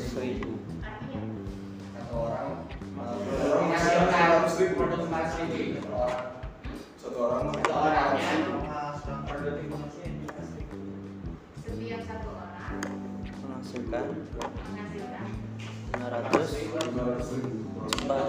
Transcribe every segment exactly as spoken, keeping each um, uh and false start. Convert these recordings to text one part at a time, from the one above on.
ribu. Artinya Satu orang menghasilkan produk emas ribu per orang. Satu orang Satu orangnya produktif manusia setiap satu orang Menghasilkan menghasilkan lima ratus lima ratus ribu juta.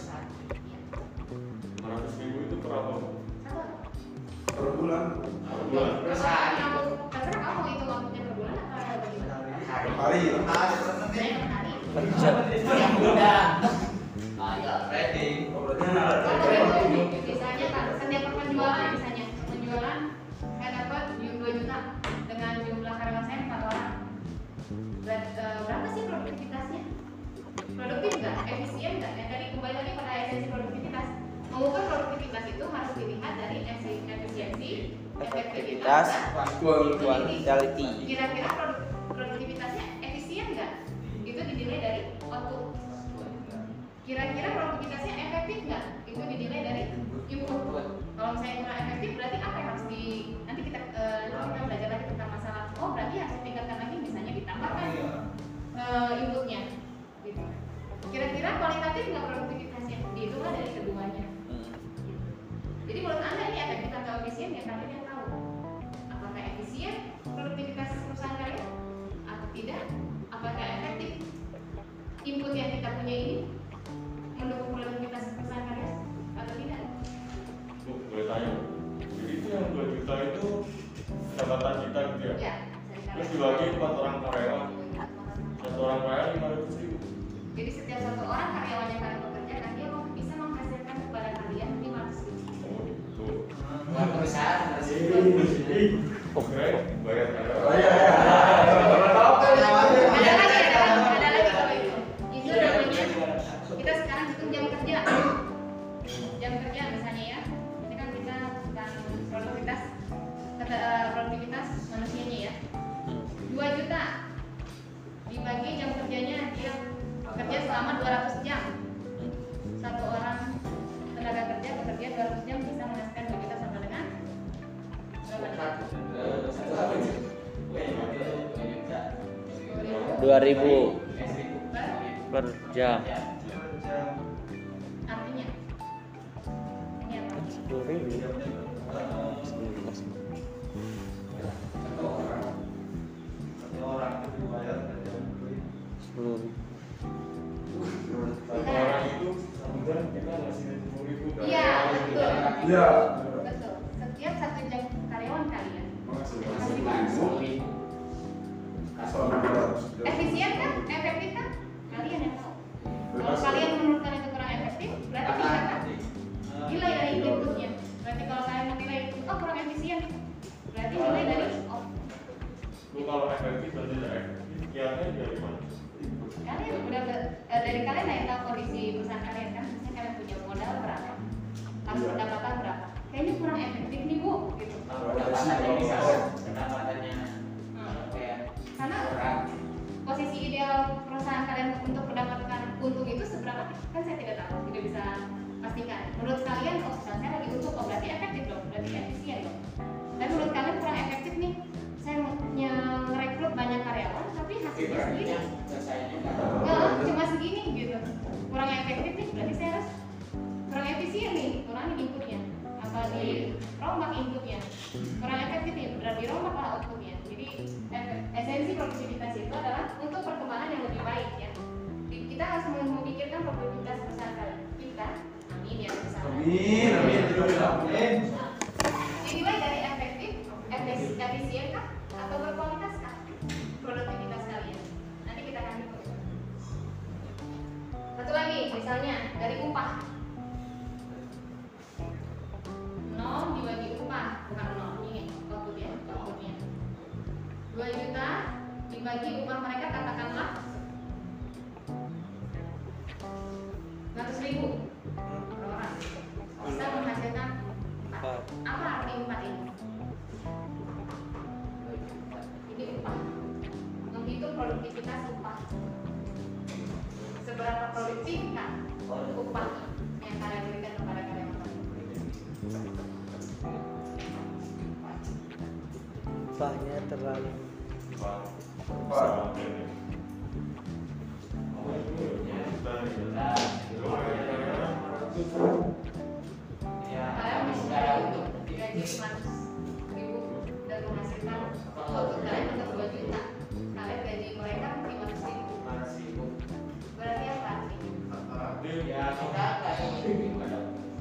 lima ratus ribu itu berapa? satu per bulan. Per bulan. perusahaan kamu terserah kamu itu waktunya per bulan atau bagaimana? Per hari. Saya per hari. Per jam. yang muda. Ayo, ready. Kalau itu misalnya kan setiap penjualan misalnya penjualan saya dapat dua juta dengan jumlah karyawan saya empat orang. Berat- eh, berapa sih produktivitasnya? Produktif nggak? Efisien nggak? Yang tadi kembali lagi pada esensi produktivitas. Mengukur produktivitas itu harus dilihat dari esensi efisiensi, efektivitas, Efektivitas, dan quality. Kira-kira produk- produktivitasnya efisien nggak? Itu dinilai dari output. Kira-kira produktivitasnya efektif nggak? Itu dinilai dari input. Kalau misalnya kurang efektif, berarti apa yang harus di nanti kita eh, nanti kita belajar lagi tentang masalah. Oh, berarti harus ditingkatkan lagi, misalnya ditambahkan eh, inputnya. Gitu. Kira-kira kualitatif nggak produktivitasnya? Dihitunglah dari keduanya. Hmm. Jadi menurut Anda ini efektif atau efisien ya kalian yang tahu. Apakah efisien produktivitas perusahaan kalian atau tidak? Apakah efektif input yang kita punya ini mendukung produktivitas perusahaan kalian atau tidak? Bu, boleh tanya? Jadi itu yang dua juta itu pendapatan kita gitu ya? Ya, Terus dibagi empat orang karyawan, satu orang karyawan lima ratus ribu. jadi setiap satu orang karyawan yang kalian pekerjakan dia bisa menghasilkan kepada kalian lima ratus ribu. Oh gitu. Buat perusahaan harus Oke, bayar karyawan. Oh iya iya. Ada lagi, ada lagi, ada lagi kalau itu. Itu namanya kita sekarang hitung jam kerja. Jam kerja misalnya ya. Ini kan kita tentang produktivitas kata eh, produktivitas manusianya ya. dua juta dibagi jam kerjanya dia bekerja selama dua ratus jam. Satu orang tenaga kerja bekerja dua ratus jam bisa menghasilkan dua juta sama dengan berapa nih? Dua ribu per jam. Artinya ini apa? Sepuluh ribu. Sepuluh. Satu orang. Satu orang itu dibayar per jam. Sepuluh ribu. Satu orang itu sebulan kita ngasih sepuluh ribu. Iya, betul. Iya. Betul. Setiap satu jam karyawan kalian. Menghasilkan sepuluh ribu. Selama dua ratus jam. Efisien kan? Efektif kan? Kalian yang tahu. Kalau kalian menurut kalian itu kurang efektif, berarti tingkatkan. Nilai dari inputnya. Berarti kalau kalian menilai itu oh kurang efisien, berarti nilai dari oh Lu kalau efektif dan tidak efektif, kiatnya dari mana? kalian udah ber- eh, dari kalian yang tahu kondisi perusahaan kalian kan, misalnya kalian punya modal berapa, harus Iya. pendapatan berapa, kayaknya kurang efektif nih bu, gitu. Pendapatannya bisa pendapatannya kayak Karena orang posisi ideal perusahaan kalian untuk mendapatkan untung itu seberapa? Kan saya tidak tahu, tidak bisa pastikan. Menurut kalian, oh perusahaan saya lagi untung, oh berarti efektif dong, berarti efisien dong. Tapi menurut kalian kurang efektif nih, saya punya merekrut banyak karyawan, tapi hasilnya segini. selesainya Nggak, cuma segini gitu. Kurang efektif nih, berarti saya harus kurang efisien nih, kurangin inputnya. Apa dirombak inputnya? Kurang efektif nih, berarti dirombak lah outputnya. Jadi efe- esensi produktivitas itu adalah untuk perkembangan yang lebih baik ya. Di- Kita harus memikirkan produktivitas perusahaan kalian. Kita, amin ya bersama. Amin, amin, amin. Dinilai dari efektif, efis- efisien kah? Atau berkualitas kah? Produktivitas kalian. Nanti kita akan hitung. Satu lagi, misalnya dari upah. nol dibagi upah, bukan nol ini output ya, outputnya. dua juta dibagi upah mereka katakanlah seratus ribu per orang. Bisa menghasilkan empat. Apa arti empat ini? Ini upah. Menghitung produktivitas upah. Seberapa produktif kan upah yang kalian berikan kepada karyawan? Upahnya terlalu Pak, Pak. ini. juta nih. Nah, Lu karyawan ya Kalian kami bisa secara untuk gaji seratus ribu dan menghasilkan output kalian tetap dua juta. Kalian gaji mereka lima ratus ribu. Berarti apa artinya? ya kita kayak gitu ada.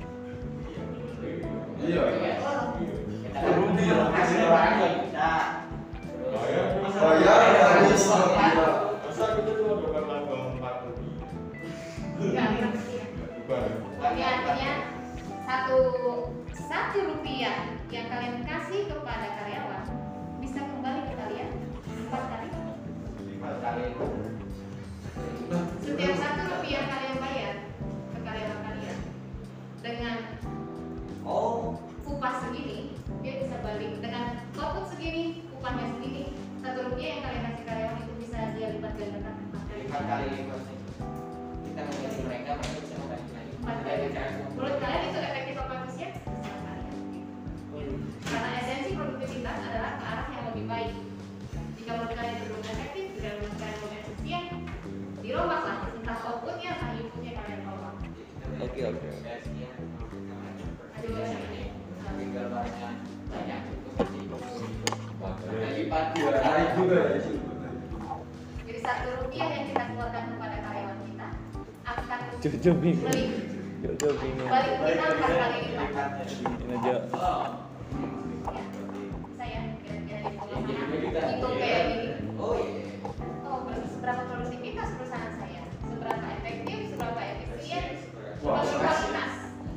Iya. Kita kan kasih orangnya kita. bayar Bayar harus iya. masa kita cuma dapat lambang empat lebih. Enggak, enggak mesti ya. Bukan. Tapi artinya satu satu rupiah yang kalian kasih kepada karyawan bisa kembali ke kalian empat kali. Lima kali. Setiap satu rupiah kalian bayar ke karyawan kalian dengan Oh, upah segini, dia bisa balik dengan output segini, upahnya segini. Satu rupiah yang kalian kasih karyawan itu bisa dia lipat gandakan empat kali. lima kali lipat. Kita menggaji mereka, mereka bisa menggaji lagi. Empat kali. Menurut kalian itu efektif apa efisien? Terserah kalian. Karena esensi produktivitas adalah ke arah yang lebih baik. Jika menurut kalian itu belum efektif, jika menurut kalian belum efisien, dirombaklah entah outputnya, entah inputnya kalian rombak. Oke, oke. Aduh, ya. Tinggal banyak banyak itu Jadi, lipat Iya, naik juga ya itu. Jadi satu rupiah yang kita keluarkan kepada karyawan kita akan Jojo bingung. balik Jojo bingung. balik kita empat kali lipat. Ini aja. Oh, Ya, saya kira-kira di bawah Jadi mana begitu. hitung kayak gini. oh iya. Oh, berarti seberapa produktivitas perusahaan saya, seberapa efektif, seberapa efisien, Wah, seberapa kualitas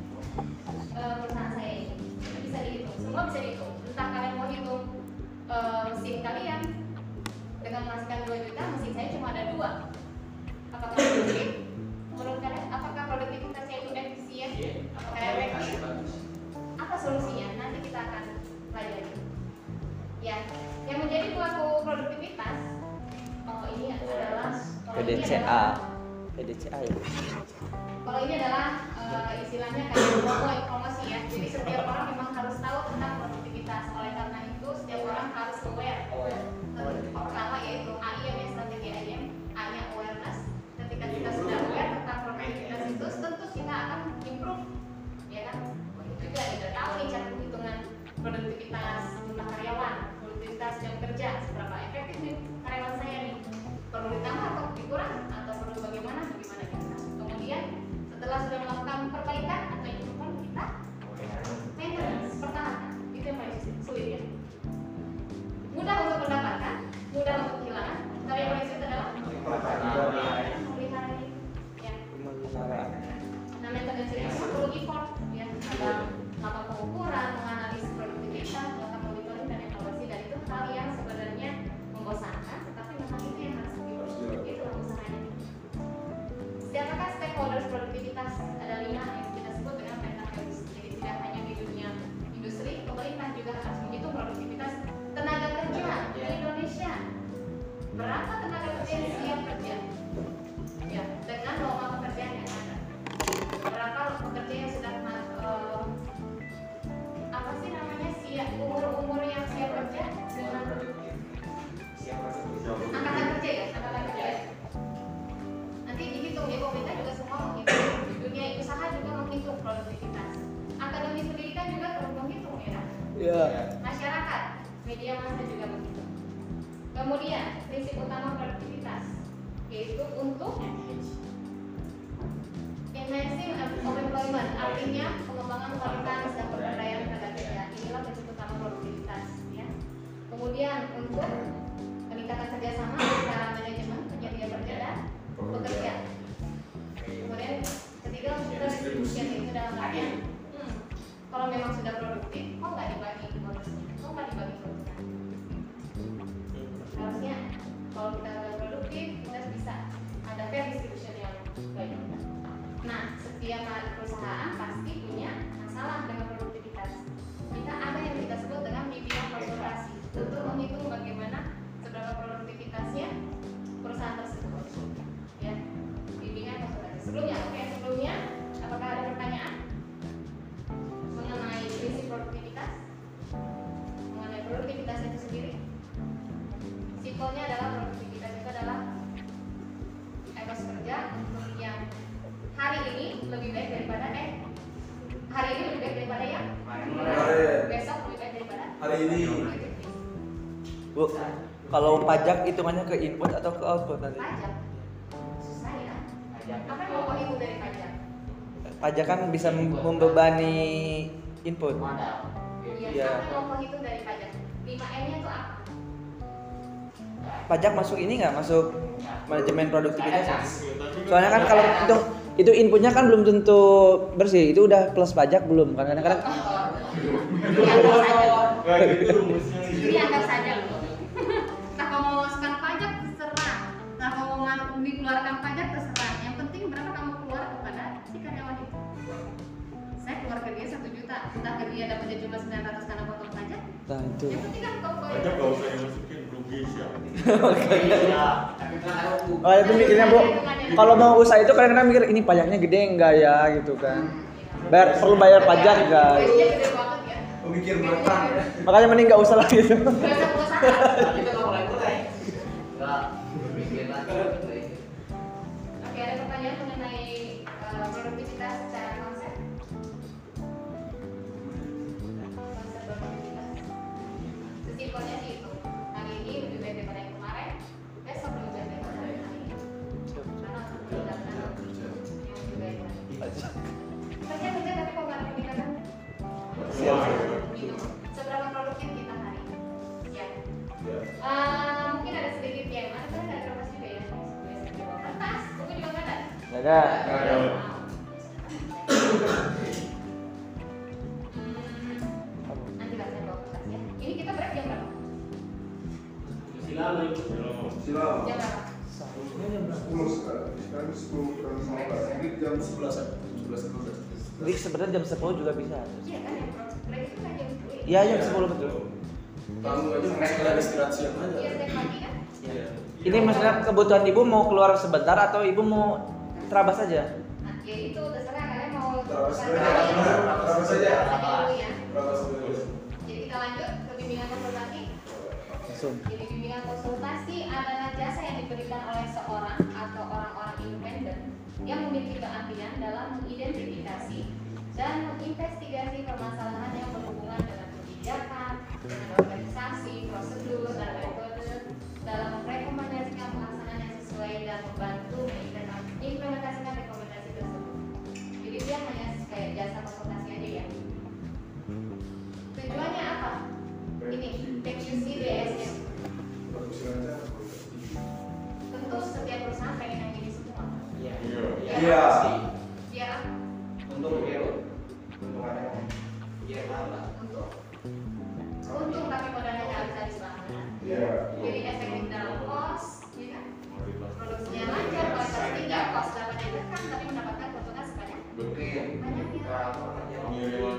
eh, perusahaan saya ini. Itu bisa dihitung, semua bisa dihitung. Entah kalian mau hitung eh, mesin kalian dengan menghasilkan dua juta, mesin saya cuma ada dua. Apakah produktif? Menurut kalian, apakah produktivitasnya itu efisien? Apakah efektif? Apa solusinya? Nanti kita akan pelajari. Ya, yang menjadi pelaku produktivitas, oh ini adalah kalau ini PDCA. adalah- PDCA ya. Kalau ini adalah eh, istilahnya kayak promo promosi ya. Jadi setiap orang memang harus tahu tentang produktivitas. Oleh karena itu setiap orang harus aware. Pertama yaitu A I M ya, strategi A I M. A-nya awareness. Ketika kita sudah aware tentang produktivitas itu, tentu kita akan improve, ya kan? Begitu juga kita tahu nih cara penghitungan produktivitas jumlah karyawan, produktivitas jam kerja, seberapa efektif nih karyawan saya nih. Perlu ditambah atau dikurang atau perlu bagaimana bagaimana kita. Kemudian setelah sudah melakukan perbaikan atau improvement kita maintenance, pertahankan. Itu yang paling sulit ya. Mudah untuk mendapatkan, mudah untuk kehilangan, tapi yang paling sulit adalah memelihara ini. Ya. Nah, maintenance itu perlu effort, ya. Ada melakukan pengukuran, menganalisis produktivitas, melakukan monitoring dan evaluasi, dan itu hal yang sebenarnya membosankan, tetapi memang itu yang harus dilakukan. Itu usahanya. Siapakah stakeholders produktivitas? Ada lima yang kita sebut dengan pentahelix. Jadi tidak hanya di dunia industri, pemerintah juga harus menghitung produktivitas tenaga kerja di Indonesia. Berapa tenaga kerja yang siap kerja? Ya, dengan norma pekerjaan yang ada. Berapa pekerja yang sudah uh, apa sih namanya siap umur-umur yang siap kerja dengan angkatan kerja ya, angkatan kerja. Nanti dihitung ya, pemerintah juga semua menghitung. Dunia usaha juga menghitung produktivitas. Akademi pendidikan juga perlu menghitung ya. Iya. Masyarakat, media massa juga menghitung. Kemudian prinsip utama produktivitas yaitu untuk enhancing of employment, artinya pengembangan kualitas dan pemberdayaan tenaga kerja. Inilah prinsip utama produktivitas ya. Kemudian untuk peningkatan kerjasama antara manajemen, penyedia kerja dan pekerja. Kemudian ketiga untuk redistribution, itu dalam artian hmm, kalau memang sudah produktif, kok nggak dibagi bonusnya, kok nggak dibagi bonusnya. Harusnya kalau kita nggak produktif, kita bisa ada fair distribution yang baik. Nah, setiap perusahaan pasti punya masalah dengan produktivitas. Kita ada yang kita sebut dengan bimbingan konsultasi untuk menghitung bagaimana seberapa produktivitasnya perusahaan tersebut. Ya, bimbingan konsultasi. Sebelumnya, oke, sebelumnya, apakah ada pertanyaan mengenai prinsip produktivitas? Bu, kalau pajak hitungannya ke input atau ke output nanti? Pajak. Susah ya. Pajak. Apa yang mau kau hitung dari pajak? Pajak kan bisa membebani input. Modal. Iya, Iya. apa yang mau kau hitung dari pajak? lima M-nya itu apa? Pajak masuk ini nggak? Masuk manajemen produktivitas? Ada. Soalnya kan kalau itu itu inputnya kan belum tentu bersih. Itu udah plus pajak belum? Kan kadang-kadang Dianggap saja. Kayak gitu rumusnya. Dianggap saja. Nah, kalau mau masukkan pajak terserah. Nah, kalau mau dikeluarkan pajak terserah. Yang penting berapa kamu keluar kepada si karyawan itu. Saya keluar ke dia satu juta. Entah ke dia dapatnya cuma sembilan ratus karena potong pajak. nah itu. Yang penting kan kau keluar. Pajak gak usah dimasukin, rugi siapa? Iya. Tapi kan ada hukum. Oh itu mikirnya Bu, kalau mau usaha itu kadang-kadang mikir ini pajaknya gede enggak ya gitu kan. Bayar perlu bayar pajak enggak? Gajinya gede banget ya. Pemikir berapa? Makanya mending nggak usah lah gitu. Gak usah pengusaha. Tapi itu nggak mulai-mulai. Nggak berpikir lagi. Oke, ada pertanyaan mengenai eh, produktivitas secara konsep? Konsep produktivitas. Sesimpelnya sih itu. Hari ini lebih baik daripada yang kemarin. Besok lebih baik daripada yang hari ini. Karena untuk meningkatkan yang lebih baik lagi. Kerja kerja tapi kok nggak ada peningkatan? Gitu. Seberapa produktif kita hari ini? Ya. Eh, mungkin ada sedikit yang mana kan ada kertas juga ya. Kertas, buku juga nggak ada. Nggak ada. Hmm, nanti lah saya bawa kertas ya. Ini kita break jam berapa? Silalu itu. Silakan. Jam berapa? sepuluh sekarang. Sekarang sepuluh kurang lima belas. Ini jam sebelas ya. sebelas lima belas. Jadi sebenarnya jam sepuluh juga bisa. Iya kan yang break itu kan jam sepuluh. ya? Iya jam sepuluh betul. Kamu aja mereka istirahat siang Iya aja. setiap pagi kan? Iya. Ini maksudnya kebutuhan ibu mau keluar sebentar atau ibu mau terabas saja? Nah, ya itu terserah kalian mau. Terus bukan saja. kalian. Terus saja. Terserah dulu ya. Berapa sebelum? Jadi kita lanjut ke bimbingan konsultasi. Langsung. Jadi bimbingan konsultasi adalah jasa yang diberikan oleh seorang atau orang-orang independen yang memiliki keahlian dalam mengidentifikasi dan menginvestigasi permasalahan yang berhubungan dengan kebijakan, dengan organisasi, prosedur, dan metode dalam merekomendasikan pelaksanaan yang sesuai dan membantu mengimplementasikan rekomendasi tersebut. Jadi dia hanya kayak jasa konsultasi aja ya. Tujuannya apa? Ini, P Q C D S M. Tentu setiap perusahaan pengen yang ini semua. Iya. Iya. Iya. Biar apa? Untuk hero. Untuk ada. Biar apa? Untuk untung tapi modalnya nggak bisa diselamakan. Iya. Jadi efektif dalam cost, ya kan? Produksinya lancar, kualitas tinggi, cost dapat ditekan tapi mendapatkan keuntungan sebanyak Betul. banyaknya. Pengiriman.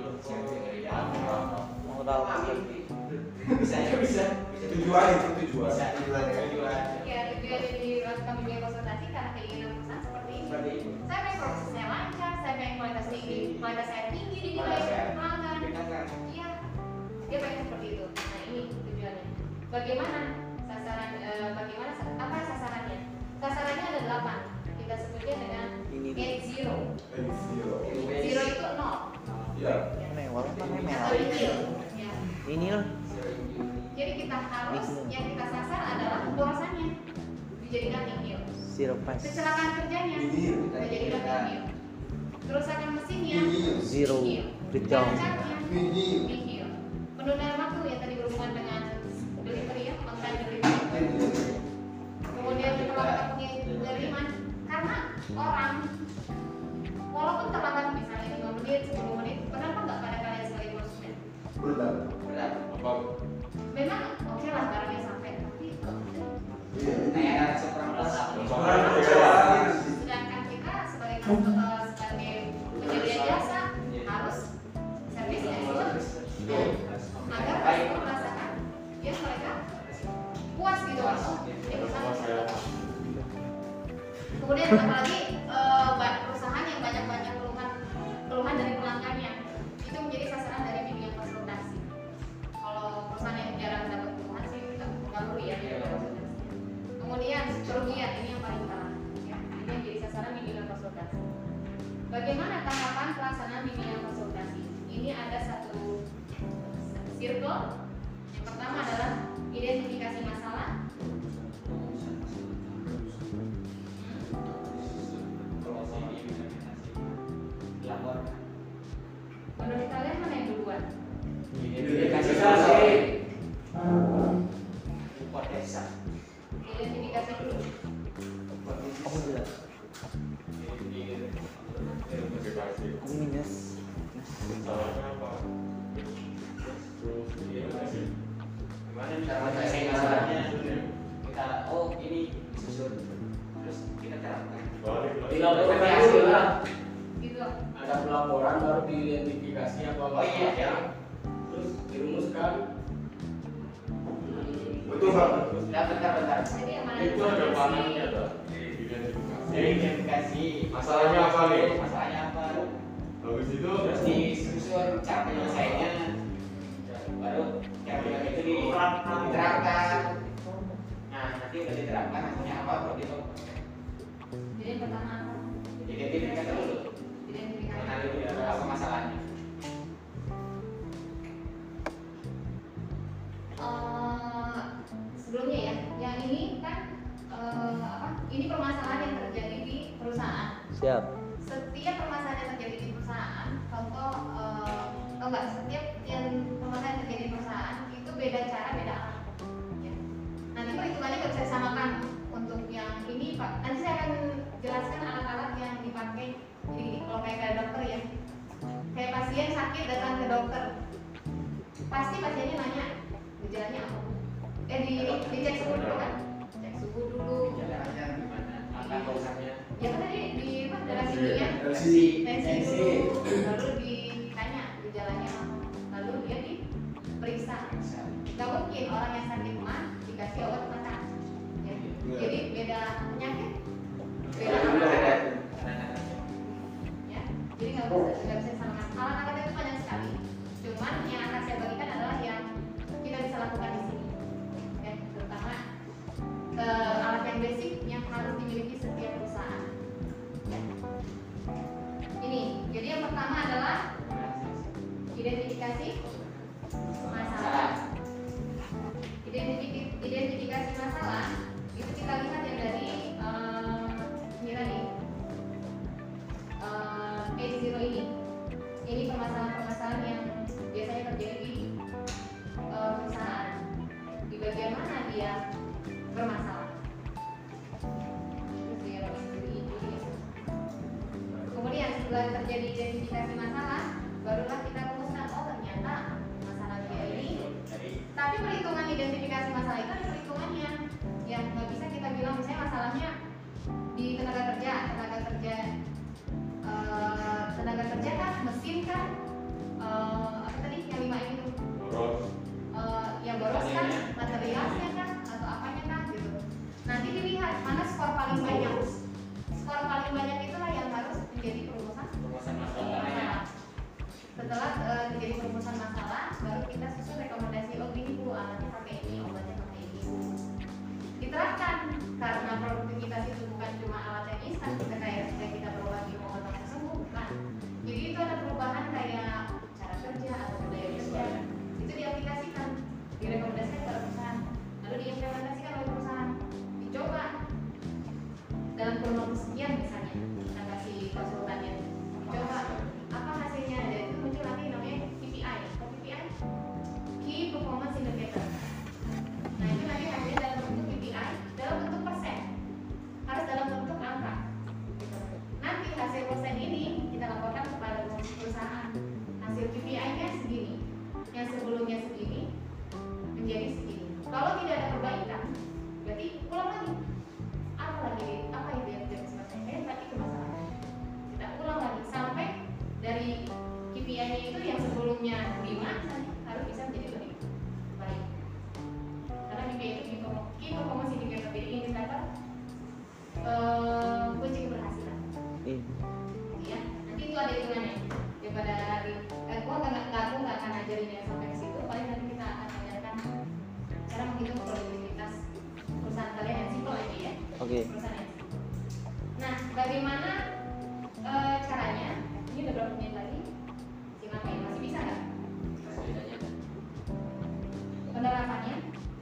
Mau tahu? Bisa ya bisa. Tujuan itu tujuan. Bisa tujuan. Ya, tujuan yang dilakukan bimbingan konsultasi karena keinginan perusahaan seperti ini. Seperti itu. Saya pengen prosesnya lancar, saya pengen kualitas tinggi, kualitas saya tinggi dinilai pelanggan. Iya, dia pengen seperti itu. Nah ini tujuannya. Bagaimana sasaran? eh, bagaimana sa- apa sasarannya? Sasarannya ada delapan. Kita sebutnya dengan Ini. net zero. Zero. Zero itu nol. Iya. Mewah apa Atau mewah? nihil. Ya. Ini loh. Jadi kita harus yang kita sasar adalah pemborosannya dijadikan nihil. Zero pass. Kecelakaan kerjanya Nihil. dijadikan nihil. Kerusakan mesinnya Nihil. Zero. nihil. Breakdown. Cacatnya Nihil. nihil. Penundaan waktu yang tadi berhubungan dengan delivery ya, on time delivery. Kemudian keterlambatan pengiriman karena orang walaupun terlambat misalnya lima menit, sepuluh menit, kenapa nggak pada kalian sebagai konsumen? Berat. Berat. Apa? Memang oke lah barangnya sampai, tapi kok Iya. Kayak seperempat aku. sedangkan kita sebagai konsumen, sebagai penyedia jasa harus servisnya itu agar mereka merasakan ya mereka puas gitu loh. Ini perusahaan. Kemudian apalagi eh, ba- perusahaan yang banyak-banyak keluhan keluhan dari pelanggannya itu menjadi sasaran dari bimbingan konsultasi. Kalau perusahaan yang jarang dapat keluhan sih kita nggak perlu ya bimbingan konsultasi. Kemudian kerugian ini yang paling parah ya, ini yang jadi sasaran bimbingan konsultasi. Bagaimana tahapan pelaksanaan bimbingan konsultasi? Ini ada satu circle. Yang pertama adalah identifikasi bisa. Identifikasi dulu. Oh jelas. Identifikasi. Aku minus. Masalahnya apa? Terus identifikasi. Gimana cara menyelesaikan masalahnya? Kita oh ini disusun terus kita terapkan. Balik lagi. Dilaporkan hasil lah. Gitu. Ada pelaporan baru diidentifikasi apa apa. Oh iya, iya. Terus dirumuskan. Betul Pak. Bentar, bentar, bentar. Jadi yang mana? Itu ada panelnya tuh. Identifikasi. Identifikasi. Masalahnya apa nih? Masalahnya apa? Habis itu Terus disusun cara penyelesaiannya. Baru cara penyelesaian itu diterapkan. Nah, nanti udah diterapkan hasilnya apa baru dilakukan. Jadi yang pertama apa? Identifikasi dulu. Identifikasi. Kenali dulu apa masalahnya. Eh, sebelumnya ya, yang ini kan eh, apa? Ini permasalahan yang terjadi di perusahaan. Siap. Setiap permasalahan yang terjadi di perusahaan, contoh, eh, oh enggak, setiap yang permasalahan yang terjadi di perusahaan itu beda cara, beda alat. Ya. Nanti perhitungannya nggak bisa disamakan untuk yang ini, Pak. Nanti saya akan jelaskan alat-alat yang dipakai. Jadi kalau kayak kayak dokter ya, kayak pasien sakit datang ke dokter, pasti pasiennya nanya gejalanya apa? Eh di dicek suhu dulu kan? Cek suhu dulu. Jalannya gimana? Apa kausanya? Ya kan tadi di apa? Darah tingginya, Tensi. tensi dulu, lalu ditanya gejalanya apa, lalu dia diperiksa. Gak mungkin orang yang sakit mah dikasih obat mata. Ya. Jadi beda penyakit, beda alat. Ya. Jadi nggak bisa nggak bisa sama. Alat-alat itu banyak sekali. Cuman yang akan saya bagikan adalah yang kita bisa lakukan di sini. Ya, terutama eh, alat yang basic yang harus dimiliki setiap perusahaan. Ya. Ini, jadi yang pertama adalah identifikasi masalah. Identifikasi, identifikasi masalah itu kita lihat yang dari eh, ini tadi eh, case zero ini. Ini permasalahan-permasalahan yang biasanya terjadi di eh, perusahaan. Di bagian mana dia bermasalah? Terus dia ini, ini. Kemudian setelah terjadi identifikasi masalah, barulah kita rumuskan, oh ternyata masalah dia ini. Tapi perhitungan identifikasi masalah itu ada perhitungannya, yang nggak bisa kita bilang misalnya masalahnya di tenaga kerja, tenaga kerja, eh, tenaga kerja kan, mesin kan, eh, apa tadi yang lima ini tuh, boros. Eh, yang boros kan, materialnya kan, atau apanya kan, gitu. Nanti dilihat mana skor paling banyak. Skor paling banyak itulah yang harus menjadi perumusan Perumusan masalahnya. masalah. Setelah eh, terjadi perumusan masalah, baru kita susun rekomendasi. Oh ini bu, alatnya pakai ini, obatnya pakai ini. Diterapkan karena produktivitas itu bukan cuma alat yang instan. Kita kayak kayak kita berobat obat langsung sembuh, bukan. Jadi itu ada perubahan kayak cara kerja atau budaya kerja. Itu diaplikasikan, direkomendasikan kepada perusahaan, lalu diimplementasikan oleh perusahaan, dicoba dalam kurun waktu sekian misalnya kita kasih konsultannya, coba apa hasilnya, dan itu muncul nanti namanya K P I. Apa K P I? Key Performance Indicator. Nah itu nanti hasilnya dalam bentuk K P I, dalam bentuk persen, harus dalam bentuk angka. Nanti hasil persen ini kita laporkan kepada perusahaan. Hasil K P I-nya segini, yang sebelumnya segini menjadi segini. Kalau tidak ada perbaikan, berarti ulang lagi. Apa lagi? Apa itu yang tidak selesai? Berarti itu masalahnya. Kita ulang lagi sampai dari K P I-nya itu yang sebelumnya lima harus bisa menjadi lebih baik. Karena K P I itu Key Performance Indicator, jadi indikator eh, kunci keberhasilan. Ih. Ya, nanti itu ada hitungannya. Daripada di, eh, gua nggak nggak aku nggak akan ajarin ya sampai ke situ. Paling nanti kita akan ajarkan cara menghitung produktivitas perusahaan kalian yang simpel aja ya. Oke. Perusahaan yang simpel. Nah, bagaimana eh, caranya? Ini udah berapa menit lagi? Silakan, masih bisa nggak? Penerapannya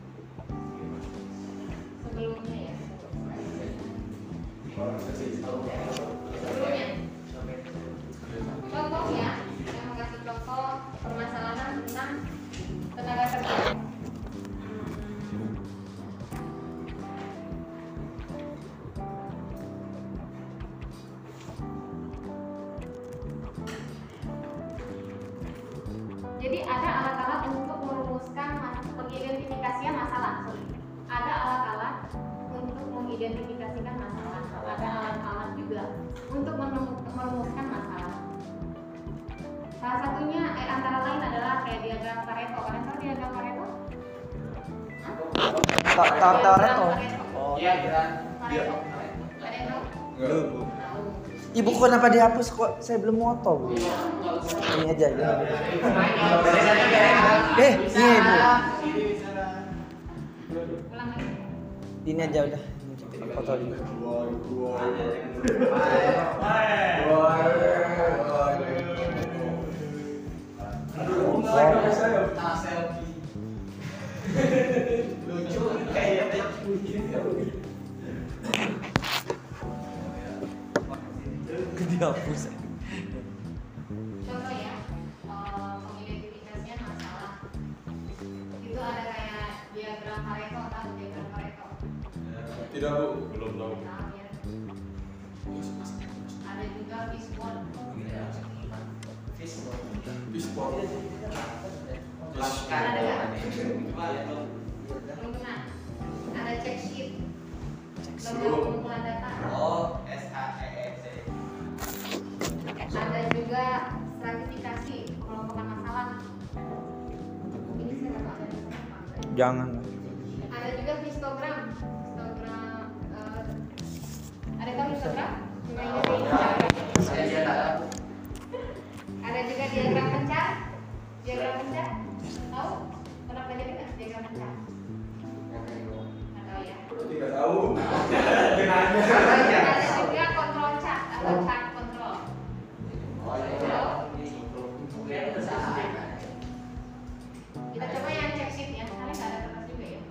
sebelumnya ya. Sebelumnya. Contoh ya, yang mengasih contoh permasalahan tentang tenaga kerja. Hmm. Jadi ada alat-alat untuk merumuskan mas- pengidentifikasian masalah. Sorry. Ada alat-alat untuk mengidentifikasikan masalah. Ada alat-alat juga untuk menemu- merumuskan masalah. Salah satunya eh, antara lain adalah kayak diagram Pareto. Kalian tahu diagram Pareto? Hah? Ta- ta- ta- Pareto. Oh, Iya, gerak. Pareto. Ada yang tahu? Enggak. Tahu. Ibu kenapa dihapus kok? Saya belum moto, Bu. Ini aja ya. Eh, iya, Bu. Ulang lagi. Ini aja udah. Ini foto dulu. Lucu kayak Dihapus. Contoh ya, eh, pengidentifikasian masalah. Itu ada kayak diagram Pareto atau diagram Pareto. Tidak, Bu. Belum tahu. Nah, ya. Ada juga fishbone. Bisport. Ada nggak? Belum kena. Ada check sheet. Lembar pengumpulan data. Oh, S H E E C. Ada juga stratifikasi kelompokan masalah. Ini saya nggak tahu ada di sana apa enggak. Jangan. Ada juga histogram. Histogram. eh, ada tahu histogram? Cuma ini sih. Saya dia tahu. Ada juga diagram pencar. Diagram pencar. Tahu? Pernah belajar nggak diagram pencar? Nggak tahu ya. Tidak tahu. Ada juga kontrol chart atau chart control. Kita coba yang check sheet ya. Kalian nggak ada kertas juga ya.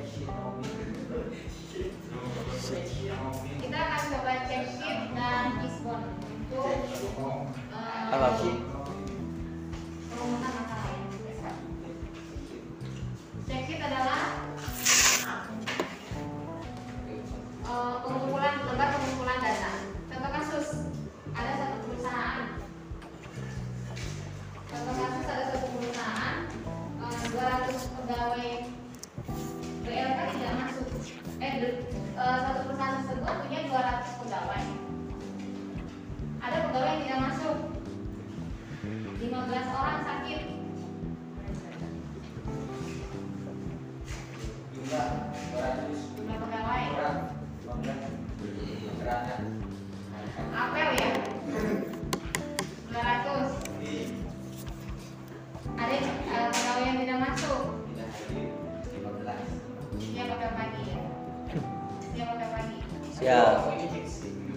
Kita akan coba check sheet dan fishbone untuk eh, Apa, Bu? perumusan masalah ya. Check sheet adalah eh, pengumpulan lembar pengumpulan data. Contoh kasus ada satu perusahaan. Contoh kasus ada satu perusahaan eh, dua ratus pegawai B L K tidak masuk. Eh, de- eh, satu perusahaan tersebut punya dua ratus pegawai. Ada pegawai yang tidak masuk. lima belas orang sakit. Jumlah dua ratus Jumlah pegawai. orang. Gerakan. Apel ya. dua ratus. Ada eh, pegawai yang tidak masuk. Tidak hadir lima belas. Siap apel pagi ya. Siap apel pagi. Siap. Oh, ini fix.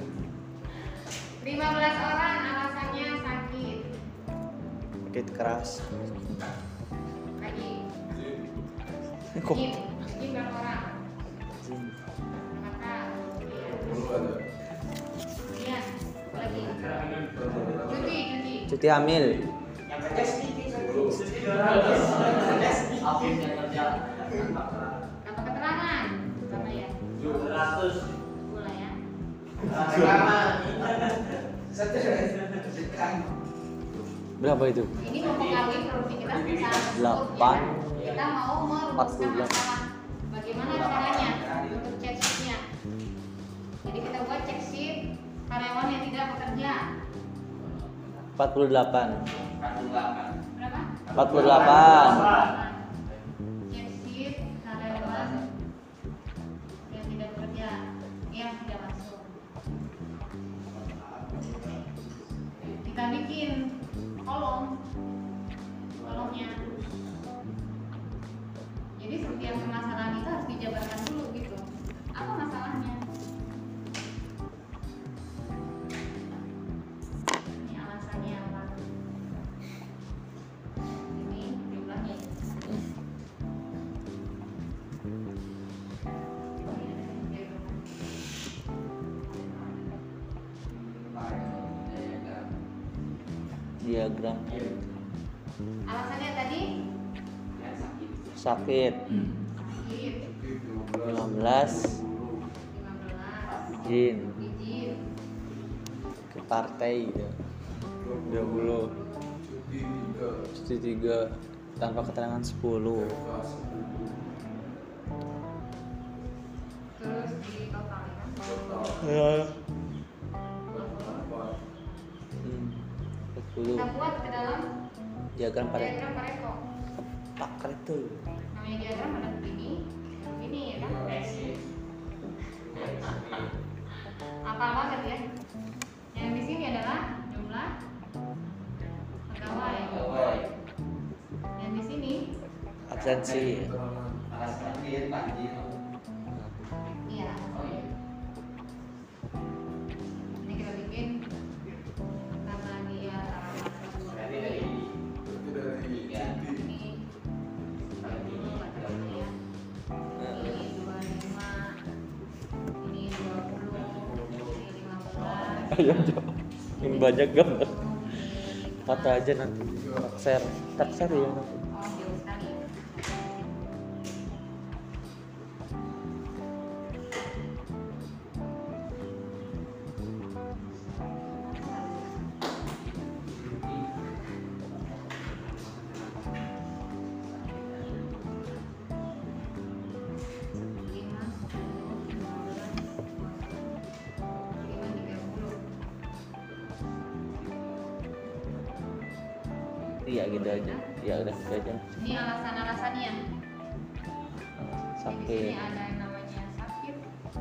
lima belas orang alasannya sakit. Sakit keras. Lagi. Kok? Jim, Jim berapa orang? Maka Belum ada. kemudian lagi. Cuti, cuti. Cuti hamil. Yang kerja sedikit. Belum. Kerja sedikit. Akhirnya kerja. Tanpa keterangan. Sama ya. tujuh ratus. Pula ya. Rekaman. Berapa itu? Ini mempengaruhi produktivitas perusahaan tersebut. Delapan. Ya. Kita mau merumuskan masalah. Bagaimana caranya untuk check sheet-nya? Jadi kita buat check sheet karyawan yang tidak bekerja. empat puluh delapan. empat puluh delapan. Berapa? empat puluh delapan. Check sheet karyawan yang tidak bekerja, yang tidak masuk. Kita bikin kolom, kolomnya. Jadi setiap permasalahan itu harus dijabarkan dulu gitu. Apa masalahnya? Ini alasannya apa? Ini jumlahnya. Diagram. Alasannya tadi Yang sakit. Sakit. izin, lima belas. lima belas, Izin. izin, Ke partai gitu. dua puluh. Cuti tiga. Sesi tiga tanpa keterangan sepuluh. Terus di total kan? Ya. Hmm. sepuluh. Kita buat ke dalam Diagram Pareto. diagram Pareto. Pak Pareto. Namanya diagram ada begini, begini ya kan? Apa banget ya? Yang di sini adalah jumlah pegawai. Yang di sini Absensi. Alas banjir, banjir. iya. Ini kita bikin karena dia Berarti dari Berarti dari tiga. ini dulu macamnya ya. Ini dua puluh lima, ini dua puluh, ini lima belas. Ayo jawab. Yang banyak gambar. Foto aja nanti. Takser. Takser ya nanti. Oh, jauh sekali. Lima, sepuluh, lima belas, lima, tiga puluh. Iya gitu aja. Iya udah gitu aja. Ini alasan-alasannya. Jadi di sini Sakit. ada yang namanya sakit.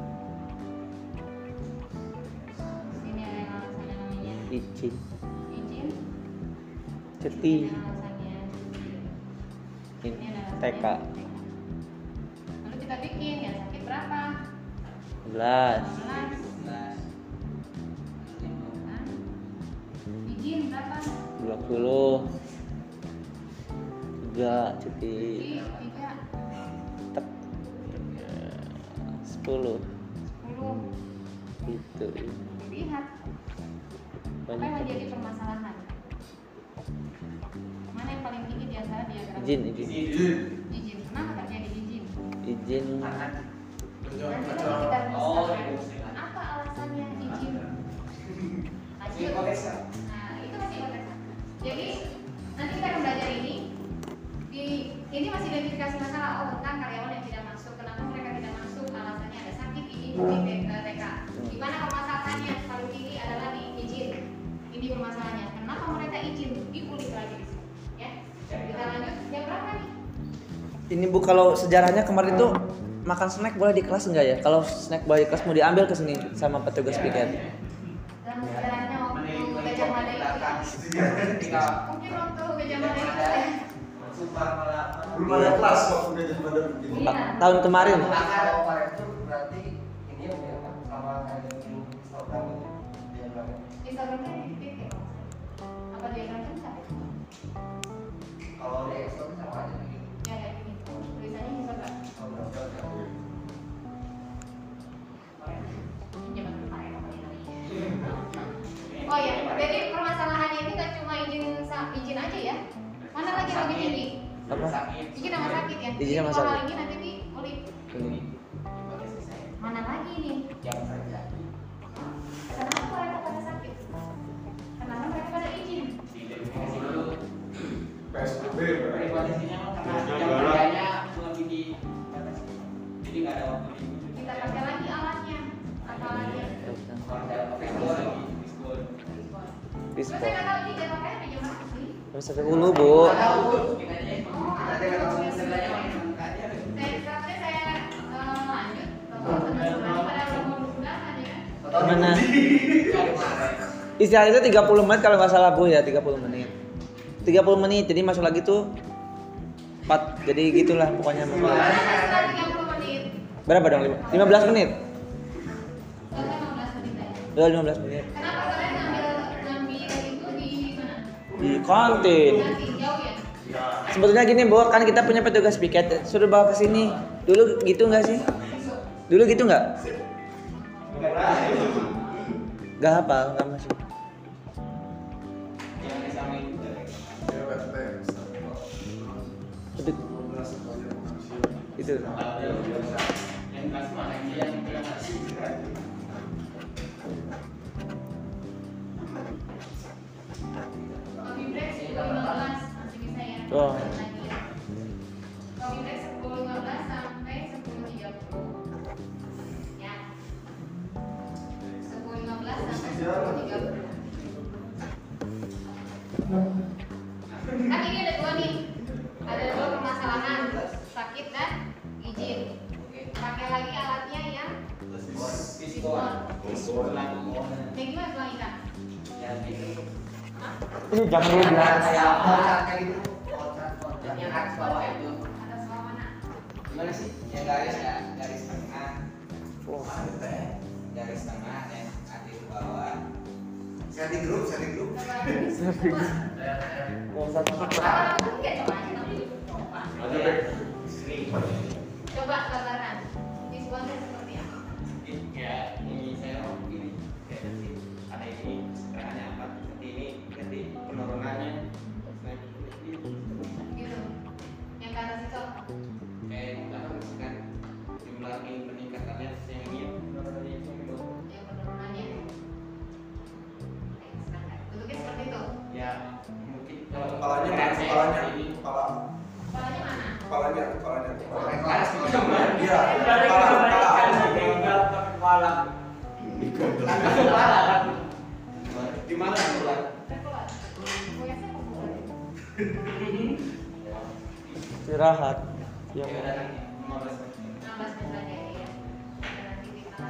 Di sini ada yang alasannya namanya Izin. izin. Cuti. Ini alasannya cuti. Ini Ini ada alasannya T K. Lalu kita bikin ya sakit berapa? sebelas. enam belas. Nah, izin berapa? dua puluh. tiga cuti. Cuti tiga. Tek. sepuluh. Sepuluh. Gitu. Lihat. Apa yang menjadi permasalahan? Mana yang paling tinggi di antara diagram? Izin, izin. Izin. Izin. Kenapa terjadi izin? Izin. Nanti Menjawab lagi acara. kita Oh, rumuskan. Apa alasannya izin? Lanjut. Nah, itu masih hipotesis. Jadi nanti kita akan belajar ini. Di ini masih identifikasi masalah. Oh, tentang karyawan yang tidak masuk. Kenapa mereka tidak masuk? Alasannya ada sakit, izin, cuti, T K. Di mana permasalahannya paling tinggi adalah di izin. Ini permasalahannya. Kenapa mereka izin? Diulik lagi di sini. Ya. Kita lanjut. Yang berapa nih? Ini Bu, kalau sejarahnya kemarin tuh makan snack boleh di kelas enggak ya? Kalau snack boleh di kelas mau diambil ke sini sama petugas piket. Dan sejarahnya waktu Gajah Mada itu. Mungkin waktu Gajah Mada itu ya. Belum ada kelas waktu Gajah Mada begini. Iya. Pa- tahun kemarin. Kalau Pareto berarti ini yang dia apa? Sama kayak di Instagram itu dia bilang. Instagramnya di titik ya, apa diagram kan? Kalau di Excel sama aja begitu. Ya kayak gini. Tulisannya Instagram. Kalau berapa ya? Pinjaman kemarin apa ya? Oh ya, jadi permasalahannya ini nggak cuma izin sa- izin aja ya. Mana lagi yang lebih tinggi? Apa? Izin sama sakit ya. Izin sama Jadi dua sakit. hal ini nanti diulik. Ini. Mana lagi nih? Jam kerja. Kenapa mereka pada sakit? Kenapa mereka pada izin? Diidentifikasi dulu. P S B B berarti. Regulasinya mah karena jam kerjanya melebihi batas. Jadi nggak ada waktu libur. Kita pakai lagi alatnya. Apa alatnya? Kalau ada fiskul lagi, fiskul. Terus saya nggak tahu ini jadwalnya sampai jam berapa sih? Sampai sepuluh Bu. Nggak tahu. Kita aja yang Oh, kita aja nggak tahu sebenarnya mana yang aja. Saya sebenarnya saya eh, lanjut. Kalau teman-teman pada mau undangan ya. Gimana? Istirahat itu tiga puluh menit kalau nggak salah Bu ya, tiga puluh menit. tiga puluh menit, jadi masuk lagi tuh empat, jadi gitulah pokoknya. Setelah tiga puluh menit. Berapa dong? lima belas menit? Selesai lima belas menit aja. Udah lima belas menit. Kenapa kalian ngambil ngambil itu di mana? Di kantin. Nanti jauh ya. Sebetulnya gini Bu, kan kita punya petugas piket, suruh bawa ke sini. Dulu gitu nggak sih? Dulu gitu nggak? Gak hafal, nggak masuk. Yang disamain juga. Ya, P T. Pedut- dua belas sebagai manusia. Itu. Yang kelas mana yang dia yang bilang masih. Coffee break juga lima belas. tiga bulan. Kan ini ada dua nih, ada dua permasalahan, sakit dan izin. Pakai lagi alatnya yang Pispon. Pispon lagi. kayak gimana pelangikan? Ya ini. Ini jangan dulu bilang. Kayak kocat kayak gitu. Kocat, kocat. Yang atas bawah itu. Atas bawah mana? Gimana sih? Yang garis ya, garis tengah. Wah, Garis tengah yang ada di bawah. Setting grup, setting grup. mau satu Coba, enggak coba aja nanti coba. Ada baik. Coba gambaran. Visualnya seperti apa? Ya, ini saya mau begini. Kayak nanti ada ini, gerakannya apa? Nanti ini, nanti penurunannya. Naik Gitu. Yang ke atas itu apa? kayak misalkan misalkan jumlah ini peningkatannya yang ini penurunannya itu gitu. Yang penurunannya. Oke, silakan. Bentuknya seperti itu. Ya mungkin kalau Kepalanya, gerakannya kepalanya, ini kepala, Kepalanya mana? kepalanya, kepalanya. kelas gitu kan? Iya, kepala, kepala. Di mana bulan? Keluar. Goyasnya apa bukan? istirahat. Ya Yang udah nanti lima belas menit. enam belas menit saja ya. Dan nanti kita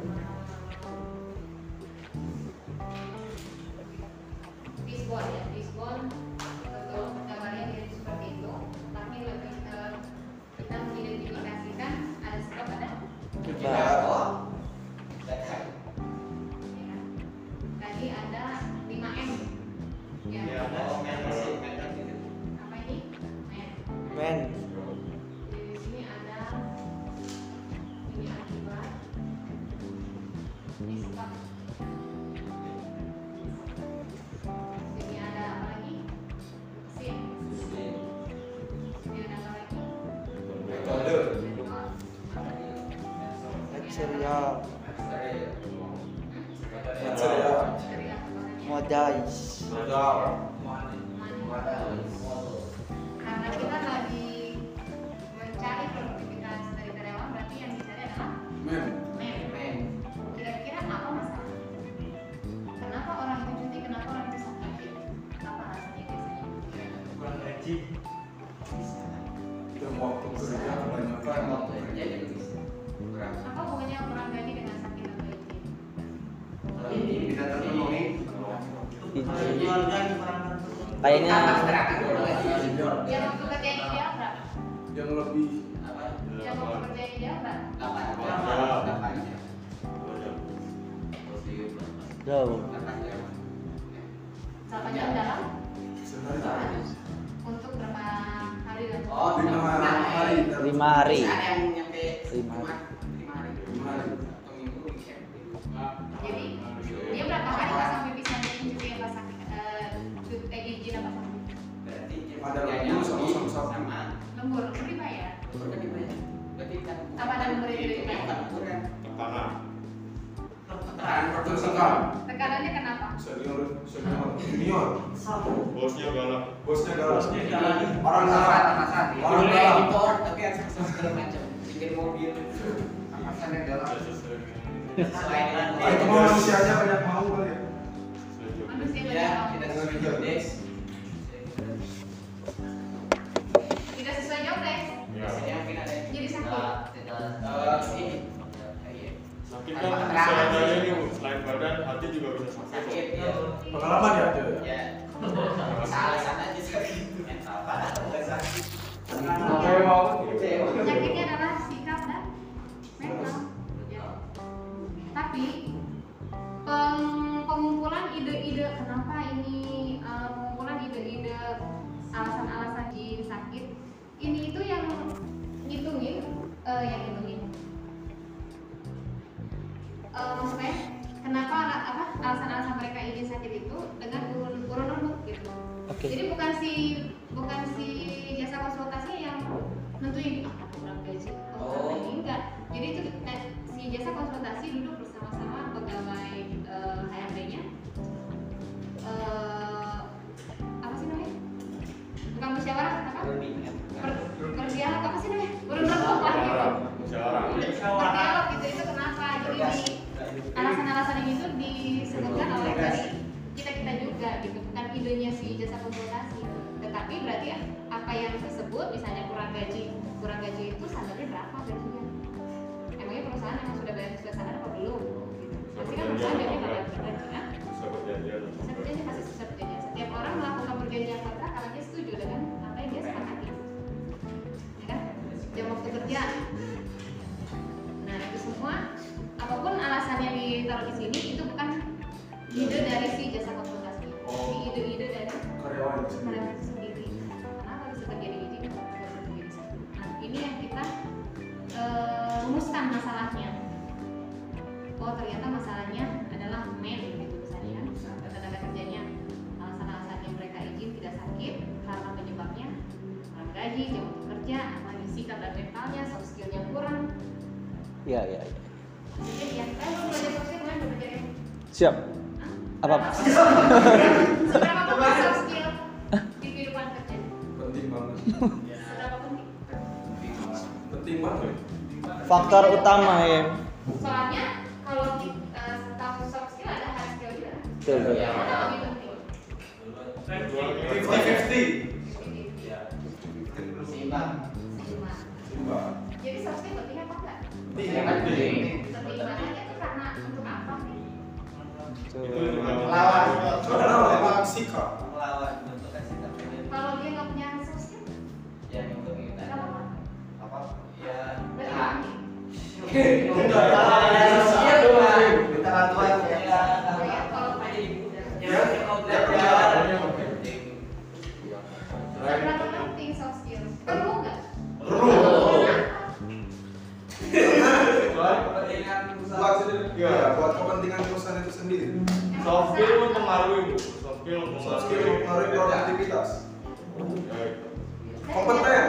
fishbone ya, fishbone untuk gambarnya jadi seperti itu, tapi lebih ke kita mengidentifikasikan ada sebab ada Bah. ya. Tadi ada lima M ya. Ya, oh, meter sih, meter gitu. Apa ini? Men. men. Di sini ada ini akibat ini sebab. Sini ada apa lagi? Sin. Sini ada apa lagi? Metode. Metode. Material. Material. Material keluarannya. Modais. Modal. Karena kita lagi mencari produktivitas dari karyawan, berarti yang dicari adalah Men. men. Men. Kira-kira apa masalahnya? Kenapa orang itu cuti? Kenapa orang itu sakit? Apa alasannya biasanya? Kurang gaji. Dan waktu kerja Kurang kebanyakan. waktu kerja jadi bisa. Kurang. Apa hubungannya kurang gaji dengan sakit atau izin? Ini Tidak terpenuhi. Kayaknya gerakan dulu lagi. Yang waktu kerja yang ideal berapa? Yang lebih Apa? Yang waktu kerja yang ideal berapa? Delapan jam. Delapan jam. Delapan jam. jauh. Delapan jam. delapan jam dalam sehari. untuk berapa hari dan Oh, Lima hari. Lima hari. Bisa ada yang nyampe Lima. Jumat, lima hari. Lima hari. Atau minggu weekend. Jadi dia berapa hari nggak sampai bisa bikin cuti apa sakit? Eh, cuti eh, izin apa sakit? Berarti jam Ada kerjanya lembur sama- lebih sama- sama. sama. Lembur, lembur dibayar. Lembur kan dibayar. Berarti kan Apa ada lembur yang tidak dibayar? bukan lemburan. Tekanan. Tekanan. Tertekan. Tekanannya kenapa? Senior, senior, junior. Bosnya galak. Bosnya galak. Bosnya galak. Orang galak. Atasan. Orang Boleh galak. impor tapi harus pesan segala macam. Bikin mobil. Atasan yang galak. Sesuai dengan Sesuai dengan Ah, itu mah manusianya banyak mau kali ya. sesuai job. Manusia Ya, banyak mau. tidak sesuai job desk. Tidak sesuai job desk. Ya. Biasanya mungkin ada yang Jadi sakit. Eh, ini. Iya. Sakit kan bisa ada ini Bu. Selain badan, hati juga bisa sakit. Sakit kok. ya. Pengalaman ya ada ya. Ya. Bisa alasan aja sakit. Mental apa? Sakit. Penyakitnya adalah sikap dan mental. Ya. Tapi peng- pengumpulan ide-ide kenapa ini eh, pengumpulan ide-ide alasan-alasan jin sakit ini itu yang ngitungin eh, yang ngitungin Eh, maksudnya kenapa ala- apa alasan-alasan mereka izin sakit itu dengan urun urun urut gitu. Oke. Jadi bukan si bukan si jasa konsultasi yang nentuin ah kurang gaji Oh. oh. ini enggak. Jadi itu eh, si jasa konsultasi duduk bersama-sama pegawai eh, H R D-nya. Eh, apa sih namanya? Bukan musyawarah apa? Per, berdialog apa sih namanya? Urun urut lah gitu. Musyawarah. Berdialog gitu itu kenapa? Jadi di alasan-alasan ini tuh di disebutkan oleh dari kita kita juga gitu, bukan idenya si jasa konsultasi. Tetapi berarti apa yang tersebut, misalnya kurang gaji, kurang gaji itu standarnya berapa gajinya? Emangnya perusahaan emang sudah bayar sesuai standar apa belum? Gitu. Pasti kan perusahaan jadi bakal berjanji, kan? Bisa perjanjian. Bisa perjanjian, pasti bisa perjanjian. Setiap orang melakukan perjanjian kontrak kalau dia setuju dengan apa yang dia sepakati, ya kan? Jam waktu kerja. Nah itu semua, apapun alasannya ditaruh di sini itu bukan ide dari si jasa konsultasi, tapi ide-ide dari Karyawan itu sendiri. karyawan itu sendiri. Kenapa bisa terjadi izin? Bisa terjadi di situ. Nah ini yang kita eh, rumuskan masalahnya. Oh ternyata masalahnya adalah men gitu misalnya kan, tenaga kerjanya alasan-alasan yang mereka izin tidak sakit karena penyebabnya kurang gaji, jam waktu kerja, apalagi sikap dan mentalnya, soft skillnya kurang. Iya, iya, iya. Jadi ya, kan belum belajar soft skill kemarin udah belajar. Siap. Apa? Seberapa penting soft skill di kehidupan kerja? Penting banget. Seberapa penting? Penting banget. Faktor utama ya. Soalnya kalau kita tahu soft skill ada hard skill juga. Betul, betul. Yang mana lebih penting? fifty fifty. Seimbang. Seimbang. Seimbang. Jadi soft skill penting apa enggak? Iya kan penting. Penting banget itu karena untuk apa nih? Itu juga Melawan. Karena memang sikap. Melawan bentukkan sikap. Kalau dia nggak punya soft skill, Ya untuk kita. nggak apa-apa. Apa? Ya. Berarti Ya. penting. Minta bantuan ya. Kayak kalau tadi Ya, mau belajar. seberapa penting soft skill? Perlu nggak? Perlu. Kepentingan Buat ya, buat kepentingan perusahaan itu sendiri. soft skill mempengaruhi bu. Soft skill Soft skill mempengaruhi produktivitas. Ya, itu. Kompeten.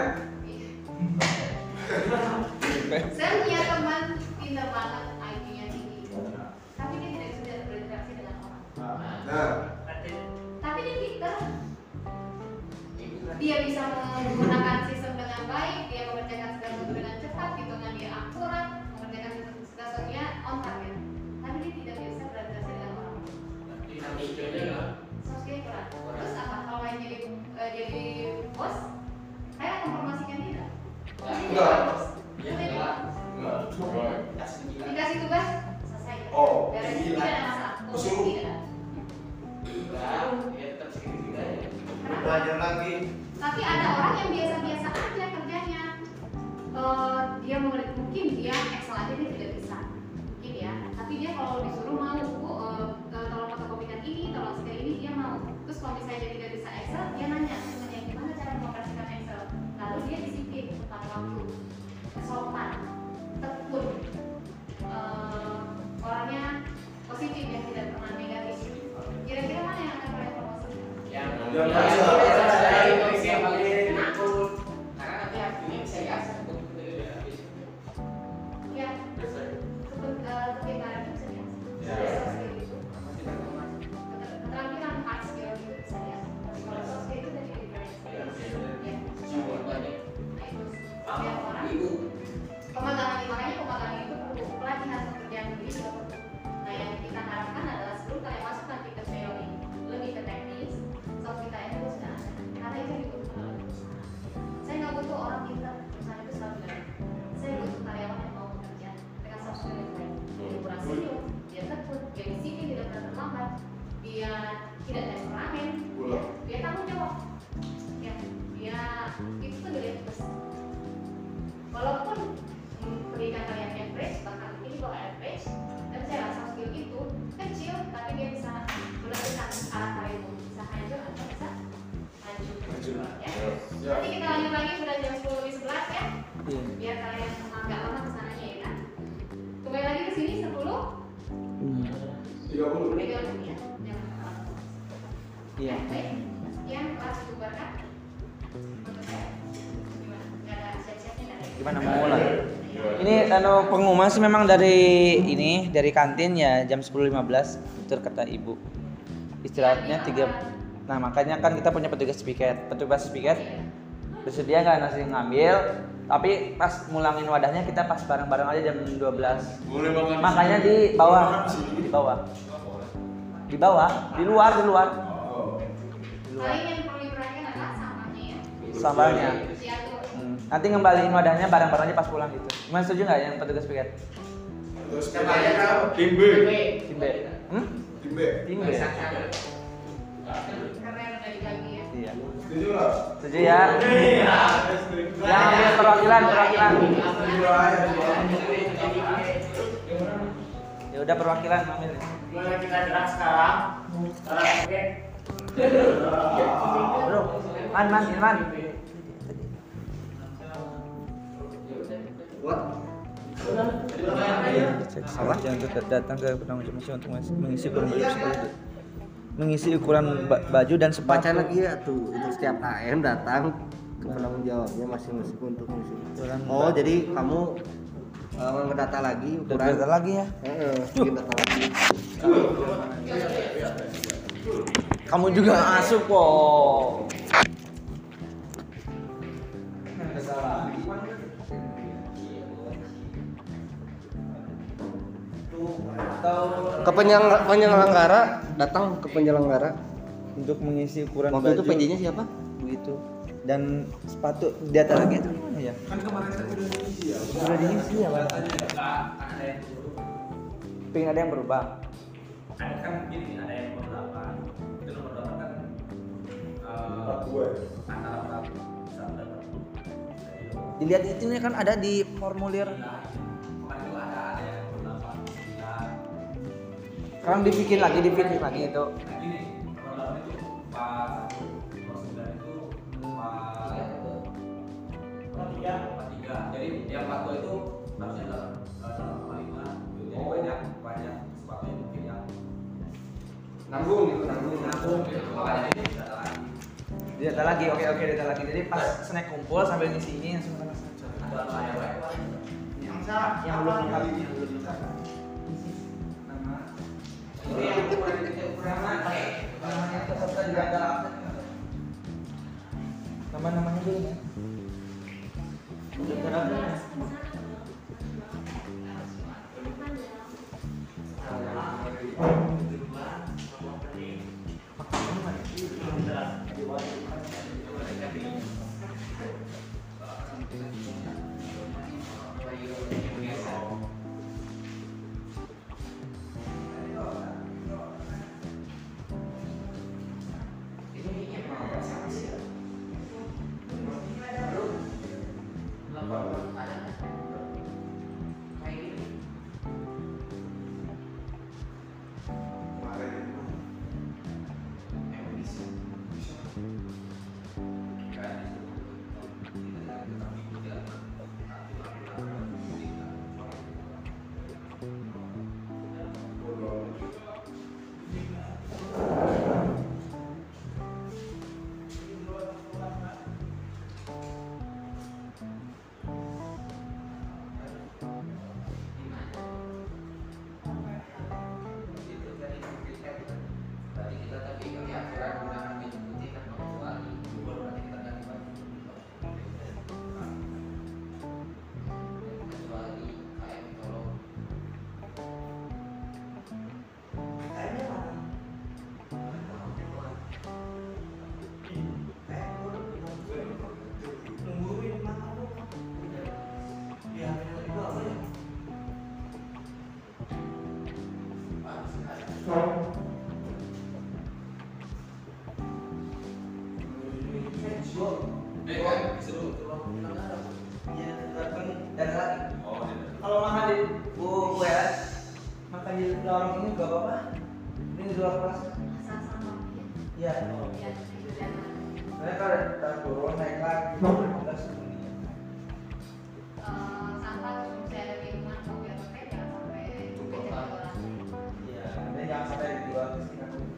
Saya punya teman pintar banget, I Q-nya tinggi, tapi dia tidak bisa berinteraksi dengan orang. Nah, Tapi dia pintar. Dia bisa menggunakan sistem dengan baik, dia mengerjakan segala sesuatu dengan cepat, hitungan dia akurat, mengerjakan segala sesuatunya on target. Tapi dia tidak bisa berinteraksi dengan orang. Soft skill kurang. Terus apa? Kalau yang jadi eh, jadi bos, saya akan mempromosikan dia. Enggak. Enggak. enggak. Dikasih tugas, selesai. Oh, Beres, gila. tidak ada masalah. Oh, Suruh. tidak. Ya tetap segitu aja. Kenapa? Belajar lagi. Tapi ada orang yang biasa-biasa aja kerjanya. Eh, dia mengerti, mungkin dia Excel aja dia tidak bisa, mungkin ya. Tapi dia kalau disuruh mau, bu, eh, eh, tolong fotokopikan ini, tolong scan ini, dia mau. Terus kalau misalnya dia tidak bisa Excel, dia nanya, sebenarnya gimana cara mengoperasikan Excel. Lalu dia disiplin tepat waktu, sopan, tekun, eh, orangnya positif ya, tidak pernah negatif. Kira-kira mana yang akan berevolusi? Yang Yang yang bisa. bisa yang paling tekun. Karena nanti hasilnya bisa diakses untuk Ya, kebenaran itu bisa diakses. Ya. Soft skill itu, keterampilan hard skill itu bisa diakses. Kalau soft skill itu dari diferensi. Ya. semua banyak. Nah itu setiap orang. Ibu. Pemagangan makanya pemagangan itu perlu pelatihan pekerjaan diri juga perlu. Nah yang kita harapkan adalah sebelum kalian masuk nanti ke teori lebih ke teknis, soft kita itu sudah ada. Karena itu dibutuhkan oleh perusahaan. Saya nggak butuh orang pintar, perusahaan itu selalu bilang. Saya butuh karyawan yang mau bekerja dengan soft skill yang baik. Dia kurang senior, dia tekun, dia disiplin, tidak pernah terlambat, dia tidak temperamen, Pulang. dia tanggung jawab. Ya, dia itu tuh dari plus. Walaupun hmm, pendidikan kalian average, bahkan mungkin di bawah average, tapi saya rasa skill itu kecil, tapi dia bisa menentukan arah karirmu, bisa hancur atau bisa hancur. Hancur. Ya. Ya. Nanti kita lanjut lagi sudah jam sepuluh lebih sebelas ya, Iya. biar kalian agak lama kesananya ya kan. Kembali lagi ke sini sepuluh, tiga puluh. tiga puluh ya. Jangan lupa. Iya. Baik, sekian kelas dibubarkan. Untuk saya, gimana? Nggak ada siap-siapnya nggak ada. Gimana mau mulai? Ini anu pengumuman sih memang dari ini dari kantin ya jam sepuluh lima belas betul kata ibu. Istirahatnya tiga. Nah makanya kan kita punya petugas piket. Petugas piket bersedia nggak nasi ngambil. Tapi pas ngulangin wadahnya kita pas bareng-bareng aja jam dua belas. Boleh makan. Makanya di bawah, Makan di sini. di bawah. Di bawah, di luar, di luar. Oh. Di luar. Paling yang perlu diperhatikan adalah sampahnya ya. Sampahnya. Diatur. Hmm. Nanti ngembaliin wadahnya barang-barangnya pas pulang gitu. Gimana, setuju nggak yang petugas piket? Terus Coba ya kalau Tim B. Tim B. Hmm? tim B. Tim B. Karena udah dibagi ya. Iya. Setuju nggak? Setuju ya? Yang ambil perwakilan, perwakilan. Setuju aja. Ya udah perwakilan ambil. Gimana kita gerak sekarang? Sekarang oke. Bro, man, man, man. Salah yang datang ke penanggung jawab untuk mengisi ukuran baju seperti itu. Mengisi ukuran ba- baju dan sepatu. Baca lagi ya tuh, itu setiap A M datang ke penanggung jawabnya masing-masing untuk mengisi. Ukuran Oh, ba- jadi kamu uh, ngedata lagi Udah ukuran. beda lagi ya. Heeh, bikin data lagi. Kamu juga asup kok. Ke penyang- penyelenggara, datang ke penyelenggara. Untuk mengisi ukuran Waktu itu baju. P J-nya siapa? Begitu. Dan sepatu di atas lagi itu gimana ya? Kan kemarin saya udah diisi ya. Sudah diisi ya, Pak. Pengen ada yang berubah. Ada kan gini, ada yang nomor delapan. Itu nomor delapan kan Empat dua ya. antara empat satu dan empat. Dilihat itu nih kan ada di formulir. Kemarin juga ada ada yang nomor delapan, sembilan. Sekarang dibikin lagi, dibikin lagi itu. Nah gini, nomor delapan itu empat satu, nomor sembilan itu empat empat tiga, empat tiga. Jadi yang empat dua itu harusnya dalam dalam koma lima. Jadi banyak banyak sepatu yang mungkin yang Nanggung gitu, nanggung. nanggung gitu. Makanya ini tidak ada lagi. Data lagi, oke oke data lagi. Jadi pas snack kumpul sambil ngisi ini langsung kan. Ada layar kemarin. Yang salah, Yang belum lengkap, yang belum lengkap. Nama. ini yang ukuran itu ukuran mana? Namanya peserta juga ada apa? Nama-namanya dulu ya. Udah ada. Iya, datang dan lagi. Kalau makan di bu bu ya, makan di lorong ini gak apa-apa. Ini di luar kelas. Iya. Mereka udah turun naik lagi. lima belas menit. Sampah bisa ada di rumah kalau biar pakai jangan sampai kejualan. Iya, nanti jangan sampai dijual ke sini aku.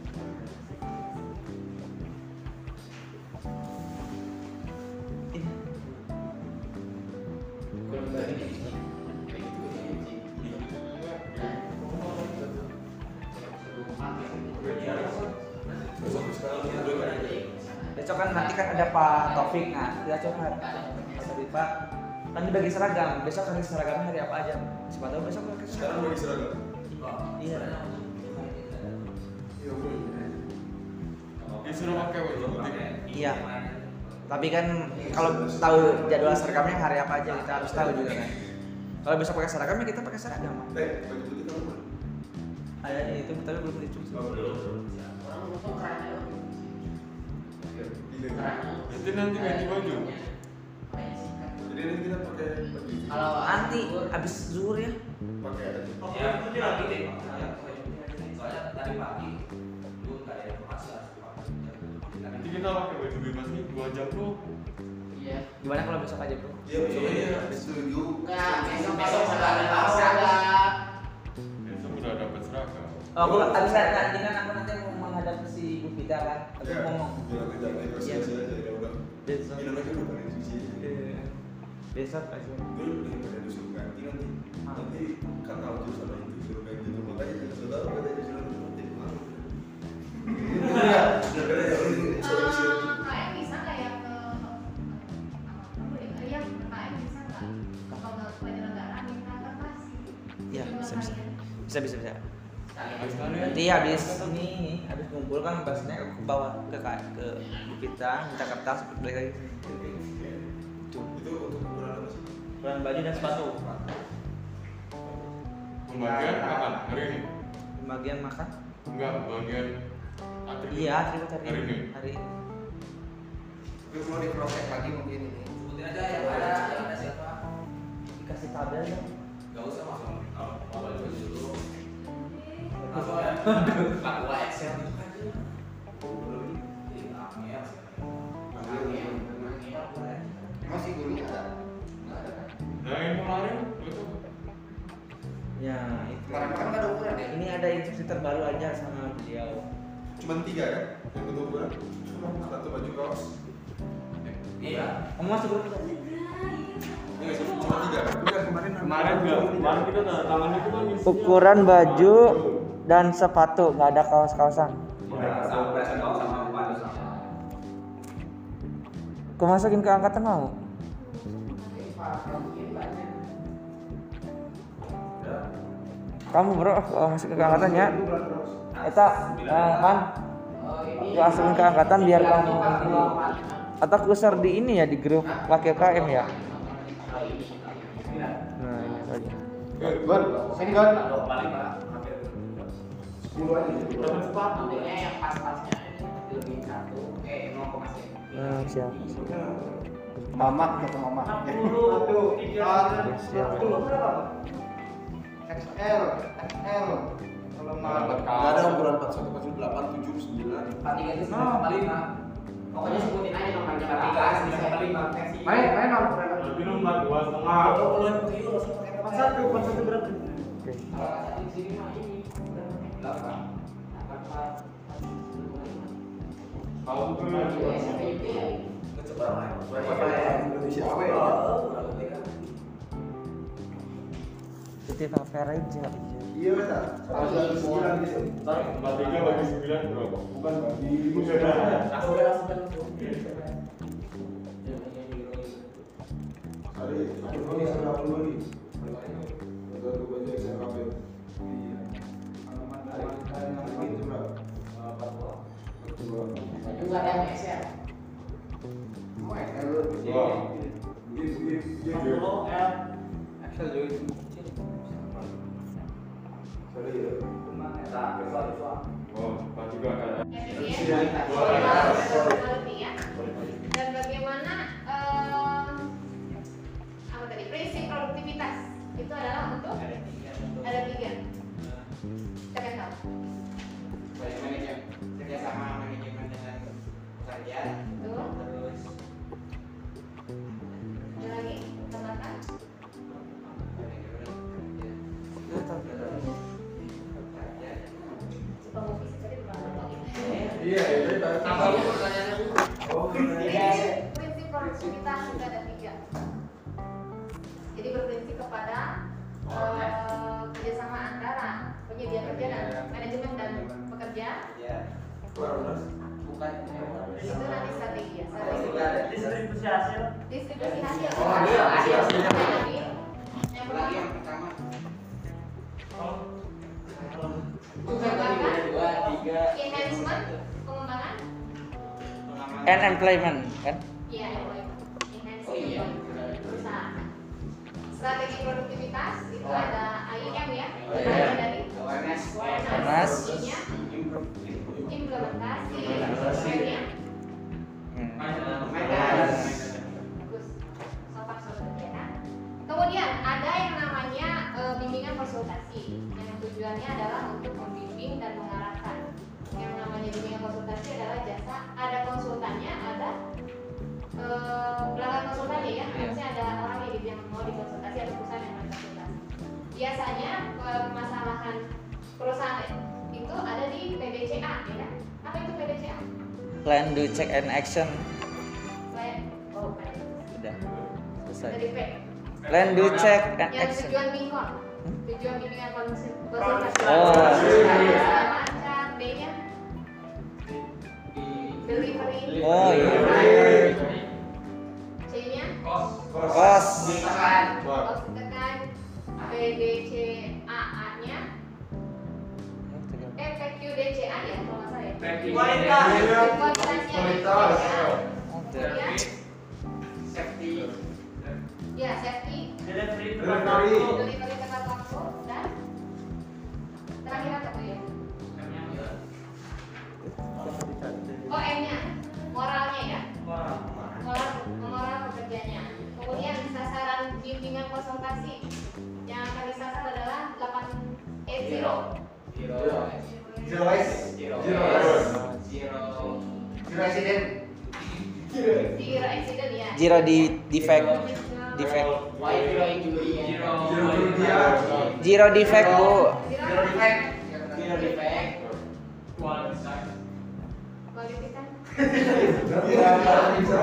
Besok kan nanti kan ada Pak Taufik, nah kita coba Mas Pak kan dibagi seragam. Besok hari seragamnya hari apa aja? Siapa tahu besok pakai seragam. Sekarang udah seragam. Iya. Iya udah. Ya suruh pakai baju putih. Iya. Tapi kan kalau tahu jadwal seragamnya hari apa aja kita harus tahu juga kan. Kalau bisa pakai seragam ya kita pakai seragam. Eh, baju putih kamu mana? Ada di itu tapi belum dicuci. Oh, belum. Orang ngomong kerannya loh. Iya. Nanti nanti ganti baju. Jadi nanti kita pakai baju. Kalau Nanti abis zuhur ya. Pakai aja. Ya, itu lagi deh. Soalnya tadi pagi lu nggak ada informasi harus dipakai. Nanti kita pakai baju bebas nih dua jam tuh. iya. Gimana kalau besok aja bro? Iya, besok aja. Setuju. Enggak, besok besok sudah ada seragam. Besok udah dapat seragam. Oh, aku abis nanti kan aku nanti mau menghadap si ibu kita kan. Aku Ya, ngomong. bilang aja negosiasi aja ya udah. Besok. Bilang aja udah pakai cuci. Besok aja. Dulu daripada disuruh ganti nanti. Nanti kata Aljo sama itu suruh ganti itu makanya saudara katanya disuruh ganti malu. Iya, daripada ya udah Eh, solusi. K M bisa nggak ya ke iya K M bisa nggak kalau nggak ke penyelenggara minta kertas Iya, bisa bisa. Bisa bisa bisa. Sekali-sekali. Nanti habis ini habis ngumpul kan pasnya aku bawa ke ke ibu kita minta kertas balik lagi. Itu untuk ukuran apa sih? Ukuran baju dan sepatu. Pembagian kapan? Hari ini? Pembagian makan? Enggak, bagian atribut. Iya, atribut hari Hari ini. ini. Hari ini. Tapi mau diproses lagi mungkin ini. Sebutin aja yang ada, yang ada siapa? Dikasih tabel ya. Gak usah langsung mau balik baju dulu. Langsung ya. Pak gua Excel gitu kan. Iya, Amel sih. Masih gurunya ada? Nggak ada kan? Nah, yang kemarin itu Ya, itu. Kemarin kan nggak ada ukuran ya? Ini ada instruksi terbaru aja sama beliau. Cuman tiga kan? Yang untuk ukuran? Satu baju kaos. Iya. Kamu masuk grup kita? Iya, cuma tiga kan? Bukan kemarin. kemarin juga kemarin kita tanda tangan itu kan isinya- Ukuran baju dan sepatu, nggak ada kaos-kaosan. Sampai sama sama baju sama. Kau masukin ke angkatan mau? Kamu bro, oh, masukin ke angkatan ya. Eta, eh, kan? Lu masukin ke angkatan biar kamu atau aku share di ini ya di grup wakil K M ya. Nah ini saja. Gon, sini Gon. Paling Pak. Sepuluh aja. dapat sepatu. Ambilnya yang pas-pasnya ini lebih satu, eh nol koma satu. Hmm, siap. Mamak kata Mamak. Siap. X L, X L. Kalau mau Nggak ada ukuran empat puluh satu, empat puluh delapan, tujuh, sembilan. Empat tiga itu sama lima. Pokoknya sebutin aja nomornya Empat tiga, berapa. sembilan, lima. main main mau ukuran. Lebih nomor dua setengah. Empat satu, empat satu berapa? Oke. Kalau tadi di sini mah ini Delapan. Tahu tuh. Ya, sampai itu ya. Indonesia awe. Itu Favera aja. Iya betul. Satu satu sembilan gitu. Empat tiga bagi sembilan berapa? Bukan bagi Langsung aja, langsung aja. Hari aku ini sudah aku bagi. Ada dua baju yang saya pakai. Iya. Halaman halaman itu berapa? Empat dua. Juga ada yang Excel. Mau X L lu. Wah. Gitu gitu gitu. X L juga itu. Sorry ya. Oh, Pak juga ada. efisien lebih ya. Dan bagaimana eh, apa tadi prinsip produktivitas itu adalah untuk ada tiga. Kita kan tahu. Baik manajemen, kerjasama manajemen dengan pekerja. Betul. Terus Ada lagi tambahkan. Suka mau bisa jadi bukan apa. Iya, itu Apa bu pertanyaannya bu? Oh, Prinsip prinsip produktivitas itu ada tiga. Jadi berprinsip kepada eh, kerjasama antara penyedia kerja dan manajemen dan pekerja. Ya. Bukan. Itu nanti strategi ya. Oh, Strategi. distribusi hasil. Distribusi hasil. Oh, iya, hasil. Yang lagi. Yang Apa lagi pertama. yang pertama? Yang Bukan tadi pertama. udah dua, tiga. tiga. Enhancement, pengembangan. And employment kan? Iya, employment. Enhancement Oh iya. perusahaan. Strategi produktivitas itu Oh. ada I M ya. Oh, iya. Ada dari Awareness. Awareness. I-nya, implementasi, Implementasi. M-nya. Hmm. Maintenance. Bagus. Sopan sobat ya. Kemudian ada yang namanya eh, bimbingan konsultasi. Yang tujuannya adalah untuk membimbing dan mengarahkan. Yang namanya bimbingan konsultasi adalah jasa, ada konsultannya, ada eh, pelanggan konsultannya ya. Maksudnya ada orang yang gitu yang mau dikonsultasi atau perusahaan yang mau dikonsultasi. Biasanya permasalahan perusahaan itu ada di P D C A ya. Apa itu P D C A? Plan, do, check, and action. Plan, oh plan. Udah selesai. Dari P. Plan, do, check, and Yang action. tujuan binkon, tujuan bimbingan konsul- konsultasi. Oh. Segala macam, B-nya delivery. Oh iya. C-nya Kos. kos ditekan. P D C A A-nya eh P Q D C A ya kalau nggak salah ya. Kualitas. Kualitasnya Kualitas. D C A. Kemudian Safety. ya safety, Delivery Delivery. delivery tepat waktu dan terakhir apa tuh ya? Oh M-nya moralnya ya. Moral, moral pekerjanya. Kemudian sasaran bimbingan konsultasi yang akan disasar adalah delapan E zero. Zero. Zero waste. Zero. Zero waste. waste. Zero. Zero accident. Zero accident ya. Zero di defect. Defect. Why zero injury? Zero. Zero kerugian. Zero defect bu. Zero defect. Zero defect. Kualitas. Kualifikan. Iya, bisa.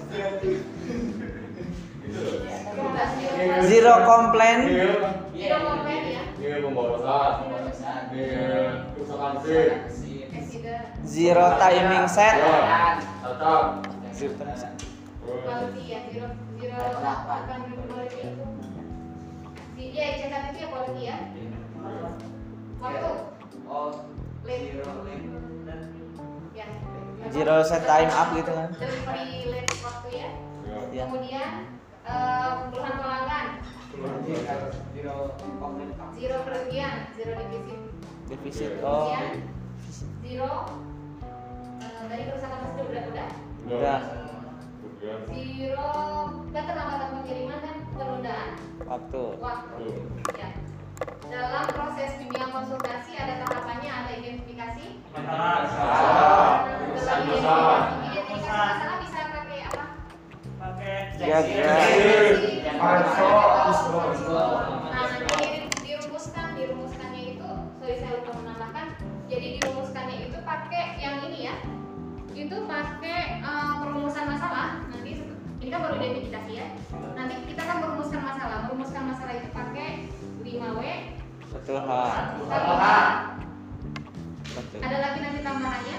Zero complaint. Zero komplain ya. Ini pemborosan. Pemborosan. Ini kerusakan sip. Accident. Zero timing set. Cacat. Zero timing set. Quality ya. Zero zero bukan quality itu. Si- Ya cacat itu ya quality ya. Waktu. Oh. Late. Zero. Ya. Zero set time up gitu kan. Delivery late waktu ya. Ya. Kemudian eh, keluhan pelanggan. Zero complaint. Zero kerugian. Zero defisit. Defisit. Oh. Kemudian zero eh, dari kerusakan tersebut udah udah. Udah. Kemudian. Zero keterlambatan pengiriman dan penundaan Waktu. waktu. Ya. Dalam proses bimbingan konsultasi ada tahapannya, ada identifikasi. Masalah. Setelah identifikasi, identifikasi masalah bisa pakai apa? Pakai Ya, ya. Parso. Nah, nanti dirumuskan, dirumuskannya itu, sorry saya lupa menambahkan. Jadi dirumuskannya itu pakai yang ini ya. Itu pakai eh, perumusan masalah. Nanti ini kan baru identifikasi ya. Nanti kita kan merumuskan masalah. Merumuskan masalah itu pakai lima W. Satu H. Satu H. Satu. Ada lagi nanti tambahannya.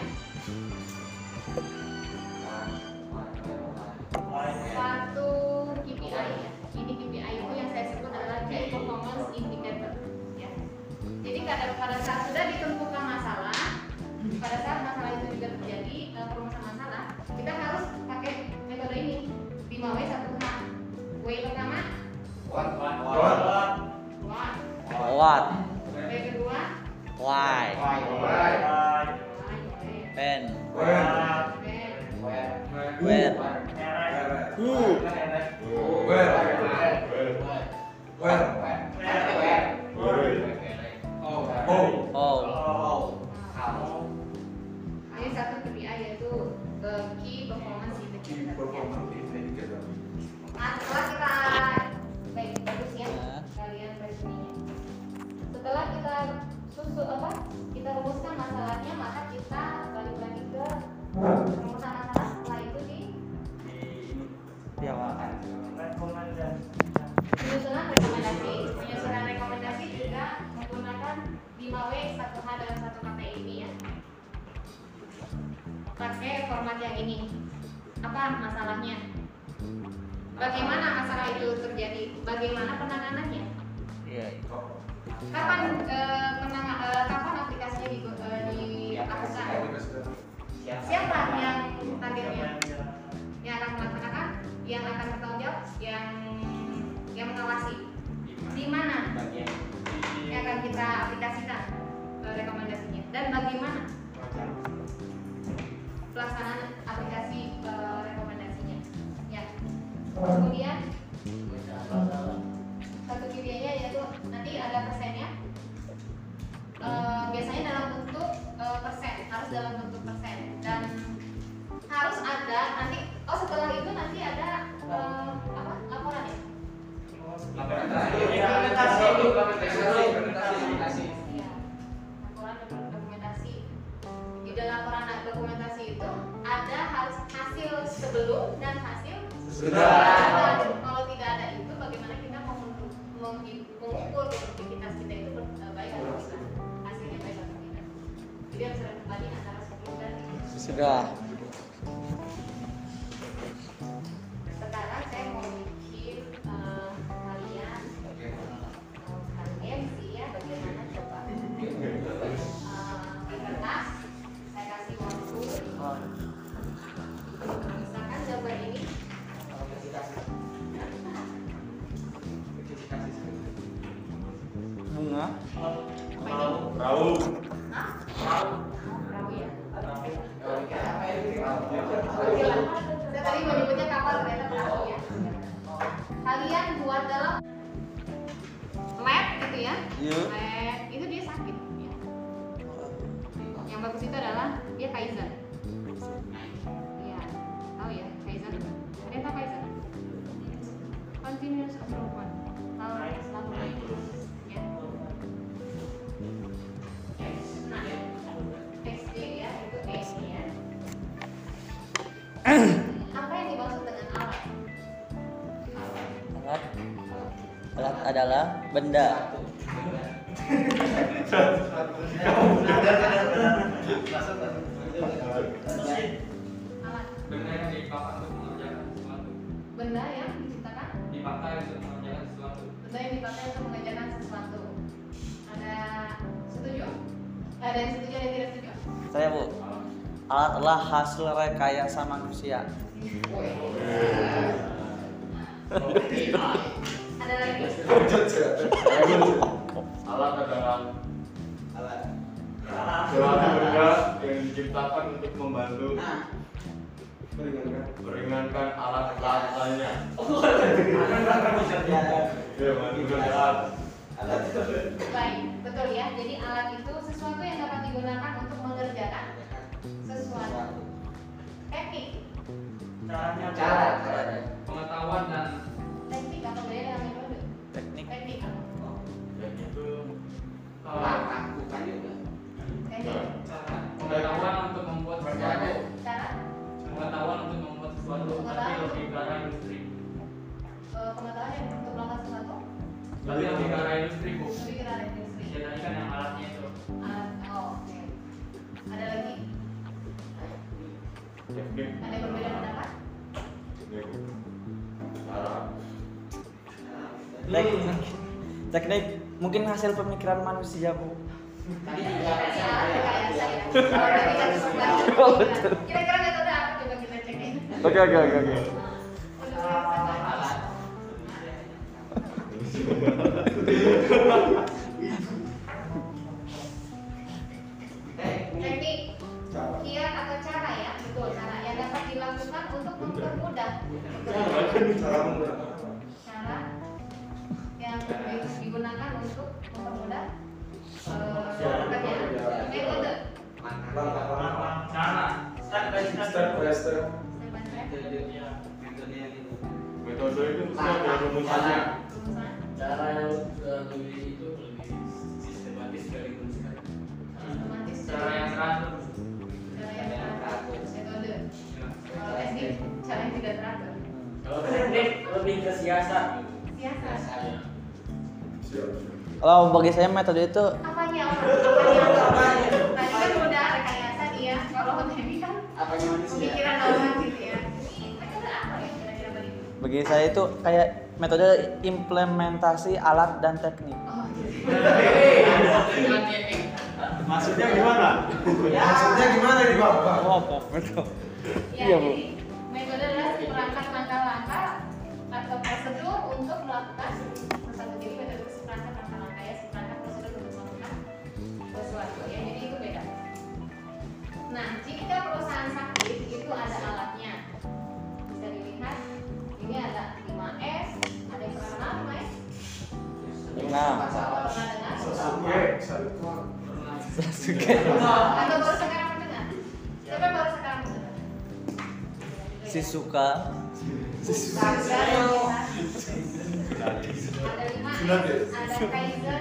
Satu K P I ya. Ini K P I itu yang saya sebut adalah Key Performance Indicator. Ya. Jadi pada pada saat sudah ditentukan masalah, pada saat masalah itu juga terjadi eh, perumusan masalah, kita harus pakai metode ini lima W satu H. W pertama, One. One. what. What? W kedua, Why? Why? why. When? When. When. When? Who? Where? Where? Oh. Oh. Ini satu K P I yaitu eh, Key Performance Key Indicator. performance indicator. Nah, setelah kita baik bagus ya Ya. kalian resume-nya. Setelah kita susun apa? Kita rumuskan masalahnya, maka kita balik lagi ke rumusan masalah. Setelah itu di Ya, Pak. penyusunan rekomendasi. Penyusunan rekomendasi juga menggunakan lima W satu H dan satu K P I ini ya. Pakai format yang ini. Apa masalahnya? Bagaimana masalah itu terjadi? Bagaimana penanganannya? Iya. Kapan eh, penanga- eh, kapan aplikasinya di, eh, dilakukan? Siapa yang targetnya? Yang akan melaksanakan, yang akan bertanggung jawab, yang yang mengawasi. Di mana bagian yang akan kita aplikasikan eh, rekomendasinya dan bagaimana pelaksanaan aplikasi eh, rekomendasinya. Ya. Kemudian satu K P I-nya yaitu nanti ada persennya. Eh, biasanya dalam bentuk eh, persen, harus dalam bentuk persen dan harus ada nanti. Oh setelah itu nanti ada eh, apa laporan ya? Iya, laporan dan dokumentasi. Di dalam laporan dan dokumentasi itu ada harus hasil sebelum dan hasil sesudah. Kalau tidak ada itu, bagaimana kita mau mengu- mengu- mengukur produktivitas kita itu ber- eh, baik atau tidak, hasilnya baik atau tidak. Jadi harus ada pembanding antara sebelum dan Sudah. sekarang saya mau bikin eh, kalian kalian sih ya bagaimana coba Eh, di kertas saya kasih waktu misalkan gambar ini Bunga. apa ini? Tahu. Hah? Perahu ya? Oke lah. Saya tadi menyebutnya kapal ternyata perahu ya. Kalian buat dalam lab gitu ya. Iya. Lab itu dia sakit ya. Yang bagus itu adalah dia Kaizen. Iya. Tahu ya Kaizen? Kalian tahu Kaizen? Continuous improvement. Selalu selalu naik terus. Ya. Nah, X D ya, itu X ya. Apa yang dimaksud dengan alat? Alat. Alat adalah benda. Alat. Benda yang dipakai untuk mengerjakan sesuatu. Benda yang diciptakan, Dipakai untuk mengerjakan sesuatu. benda yang dipakai untuk mengerjakan sesuatu. Ada setuju? Ada yang setuju, ada yang tidak setuju? Saya Bu. Alat adalah hasil rekayasa manusia. Ada lagi? Alat adalah alat suatu benda yang diciptakan untuk membantu nah meringankan alat alat lainnya. Ya, bantu alat. alat Baik, betul ya. Jadi alat itu sesuatu yang dapat digunakan untuk mengerjakan sesuatu. Teknik, Caranya cara caranya pengetahuan dan teknik apa beda dengan metode? Teknik. Teknik apa? Ya gitu. uh, lakukan juga Teknik. cara pengetahuan untuk membuat sesuatu. Cara Pengetahuan untuk membuat sesuatu, tapi lebih ke arah industri. eh, pengetahuan yang untuk melakukan sesuatu Tapi lebih ke arah industri bu. lebih ke arah industri. Ya tadi kan yang alatnya itu. Alat, oh, oke. Ada lagi? Teknik. Ada yang berbeda pendapat? Teknik. Cara. Teknik. Teknik mungkin hasil pemikiran manusia Bu. tadi juga Berarti saya alat rekayasa ya. Kalau dari satu sebelah, kira-kira metode apa coba kita cek ya? Oke oke oke oke. Untuk alat. Teknik, kiat atau cara ya, betul cara yang dapat dilakukan untuk mempermudah Cara menggunakan apa? cara yang digunakan untuk mempermudah eh, pekerjaan. Metode, Langkah-langkah. Cara. Step by step. Step by step. step by step, Ya, metode yang itu. Metode itu mesti ada rumusannya. rumusan, Cara yang eh, lebih itu lebih sistematis sekaligus kan. otomatis, Cara yang teratur. cara yang teratur, metode. Kalau teknik, cara yang tidak teratur. Kalau teknik lebih ke siasat gitu. Siasat. Ya. Siap. Kalau bagi saya metode itu Apanya orang? Apanya orang? Tadi kan udah rekayasa dia. Kalau teknik kan apanya manusia pemikiran orang gitu ya. Ini metode apa ya kira-kira bagi? bagi saya itu kayak metode implementasi alat dan teknik. Oh, Maksudnya gimana? Maksudnya gimana nih? bang, bang. Oh, betul. Ya, Iya, Bu. jadi metode adalah perangkat langkah-langkah atau prosedur untuk melakukan sesuatu. Jadi metode seperangkat langkah-langkah ya, seperangkat prosedur untuk melakukan sesuatu ya. Jadi itu beda. Nah, jika perusahaan sakit itu ada alatnya. Bisa dilihat, ini ada lima S, ada yang pernah kenal lima S? Lima. Pernah dengar? Sasuke, Sasuke. Sasuke. Atau baru sekarang mendengar? Siapa yang baru sekarang mendengar? Si suka. Ada lima S, Sunat ya? ada Kaizen,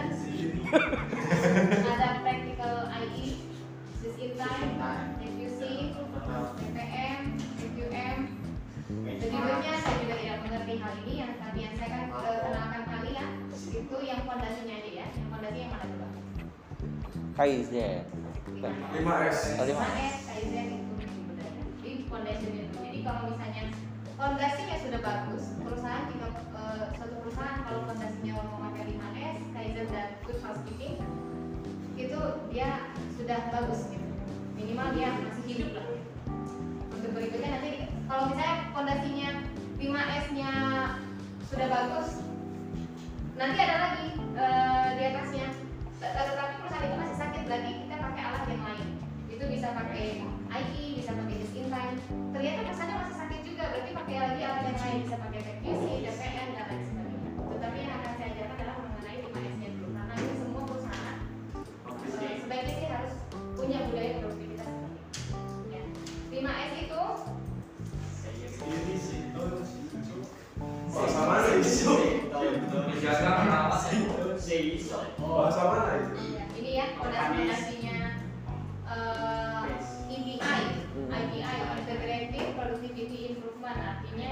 ada Practical I E, Sys Intime, F U C, P P M, F U M. Sejujurnya saya juga tidak mengerti hal ini. Yang tadi yang saya kan eh, kenalkan kalian itu yang fondasinya aja ya. Yang fondasi yang mana coba? Kaizen. lima S. Oh, lima. lima S, Kaizen itu budaya. Jadi foundationnya dulu. Jadi kalau misalnya fondasinya sudah bagus, perusahaan jika eh, suatu perusahaan kalau fondasinya memakai lima S, Kaizen dan Good Housekeeping itu dia sudah bagus gitu. Minimal dia masih hidup lah. Untuk berikutnya nanti kalau misalnya fondasinya lima S-nya sudah bagus, nanti ada lagi eh, di atasnya. Tetapi perusahaan itu masih sakit, berarti kita pakai alat yang lain. Itu bisa pakai I E, bisa pakai Sys Intime. Ternyata perusahaannya masih sakit juga, berarti pakai lagi alat yang lain, bisa pakai P Q C, D P N dan lain sebagainya. Tetapi yang akan saya ajarkan adalah mengenai lima S-nya dulu, karena ini semua perusahaan eh, sebaiknya sih harus punya budaya produktivitas seperti ini. Ya. lima S itu Bahasa mana itu? Menjaga merawat Bahasa mana itu? ya, ini ya fondasi-fondasinya eh, E P I, I P I, Integrated Productivity Improvement, artinya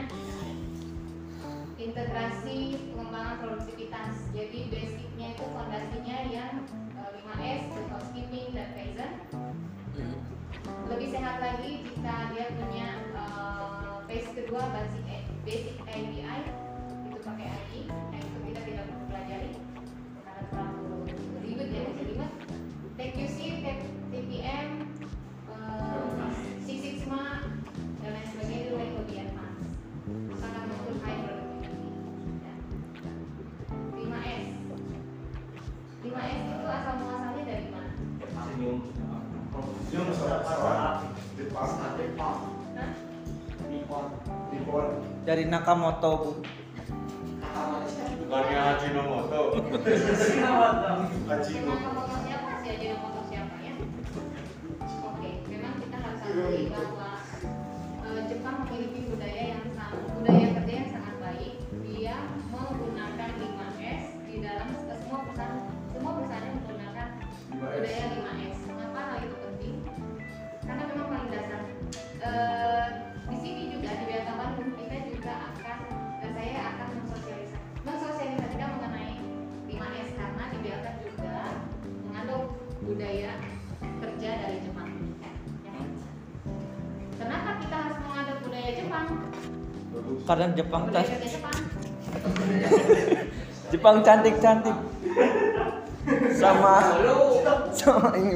integrasi pengembangan produktivitas. Jadi basicnya itu fondasinya yang eh, lima S, Good Housekeeping dan Kaizen. Lebih sehat lagi jika dia punya eh, phase kedua basic basic A P I itu pakai I E, yang itu kita tidak perlu pelajari karena terlalu ribet ya, bisa ribet. P Q C, T P M, eh, Six Sigma dan lain sebagainya itu lebih advance, sangat mengukur high productivity. Ya. lima S, lima S itu asal muasalnya dari mana? Dia masalah salah Jepang. Hah? Nippon. Dari Nakamoto, Bu. Bukannya Ajinomoto. Hachino. Ngomong-ngomong siapa sih aja yang ngomong siapa ya? Oke, memang kita harus akui bahwa eh, Jepang memiliki budaya yang sangat budaya kerja yang sangat baik. Dia menggunakan lima S di dalam eh, semua perusahaan semua perusahaan menggunakan budaya lima S. Mengapa hal itu penting? Karena memang paling dasar. Eh, di sini juga di Biata Bandung kita juga akan dan saya akan mensosialisasikan mensosialisasikan mengenai lima S karena di Biata juga mengandung budaya kerja dari Jepang. Ya. Kenapa kita harus mengandung budaya Jepang? Karena Jepang Budaya tas kerja Jepang. Jepang cantik-cantik. Sama sama ini.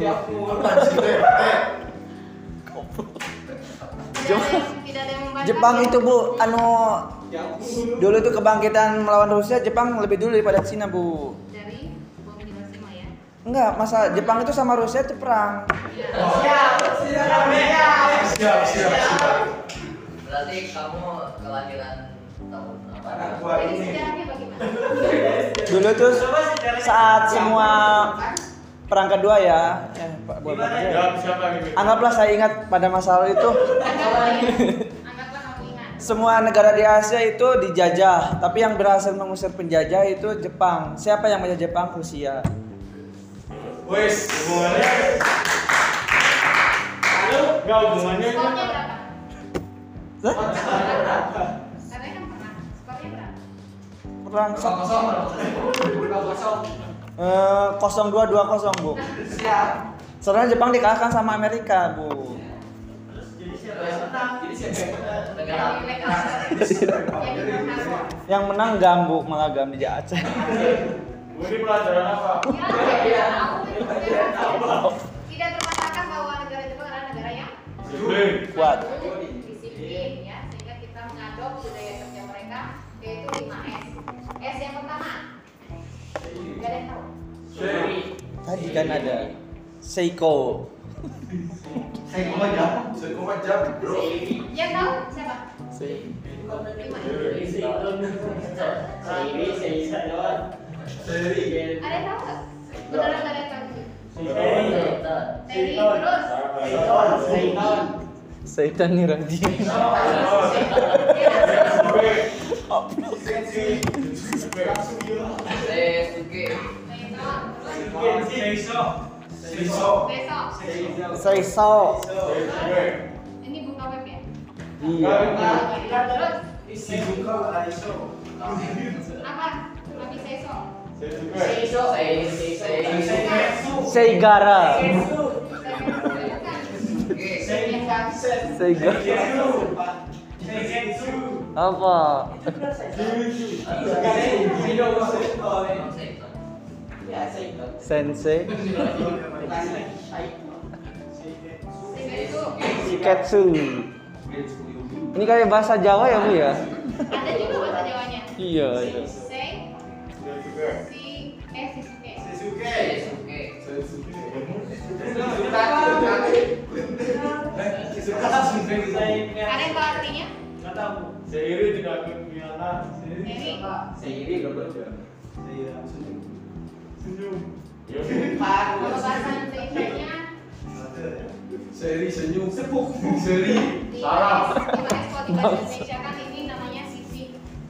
Tidak ada yang- tidak ada yang membantah. Jepang itu, Bu, anu dulu itu kebangkitan melawan Rusia, Jepang lebih dulu daripada Cina, Bu. Dari bom Hiroshima ya. Enggak, masa Jepang itu sama Rusia itu perang. Iya. Siap, siap, siap. Berarti kamu kelahiran tahun apa? Anak gua Jadi ini. sejarahnya bagaimana? Dulu tuh saat semua perang kedua ya, eh, Pak, buat Pak aja ya. Ya, siapa yang ini? Anggaplah saya ingat pada masa lalu itu Anggaplah ya. Anggaplah kamu ingat. semua negara di Asia itu dijajah, tapi yang berhasil mengusir penjajah itu Jepang. Siapa yang menjajah Jepang? Rusia. Wes, hubungannya. Enggak hubungannya ini. Skornya berapa? Hah? Katanya kan pernah. Skornya berapa? Perang kosong kosong eh, kosong dua dua kosong, Bu. Siap. Soalnya Jepang dikalahkan sama Amerika, Bu. jadi siapa yang menang jadi siapa yang menang Negara Yang diperhatikan. Yang menang Gam, Bu, malah Gam di Aceh. Bu, ini pelajaran apa? Ya, tidak tahu. Tidak terpatahkan bahwa negara Jepang adalah negara yang Kuat. Disiplin ya, sehingga kita mengadop budaya kerja mereka yaitu lima S. S yang pertama. Gak ada yang tahu. Tadi kan ada Seiko. Seiko aja. Seiko aja, bro. Yang tahu siapa? Seiko. Lima S. Seri. Ada yang tahu nggak? Beneran nggak ada yang tahu? Seri terus. Seitan nih Raji. Besok. Seiso. Ini buka web ya? Iya. Terus Shizuka Aiso. apa? Habis besok. Seigara. Seiga. Apa? Sensei. Shiketsu. Ini kayak bahasa Jawa ya Bu ya? Ada juga bahasa Jawanya. Iya itu. Sei, si, eh Sisuke. Ada yang tahu artinya? Seiri tidak akan biana. Seri. Senyum. Kalau bahasa Indonesia-nya Seri senyum sepuk. Seri. di lima S kalau di bahasa Indonesia kan ini namanya sisi.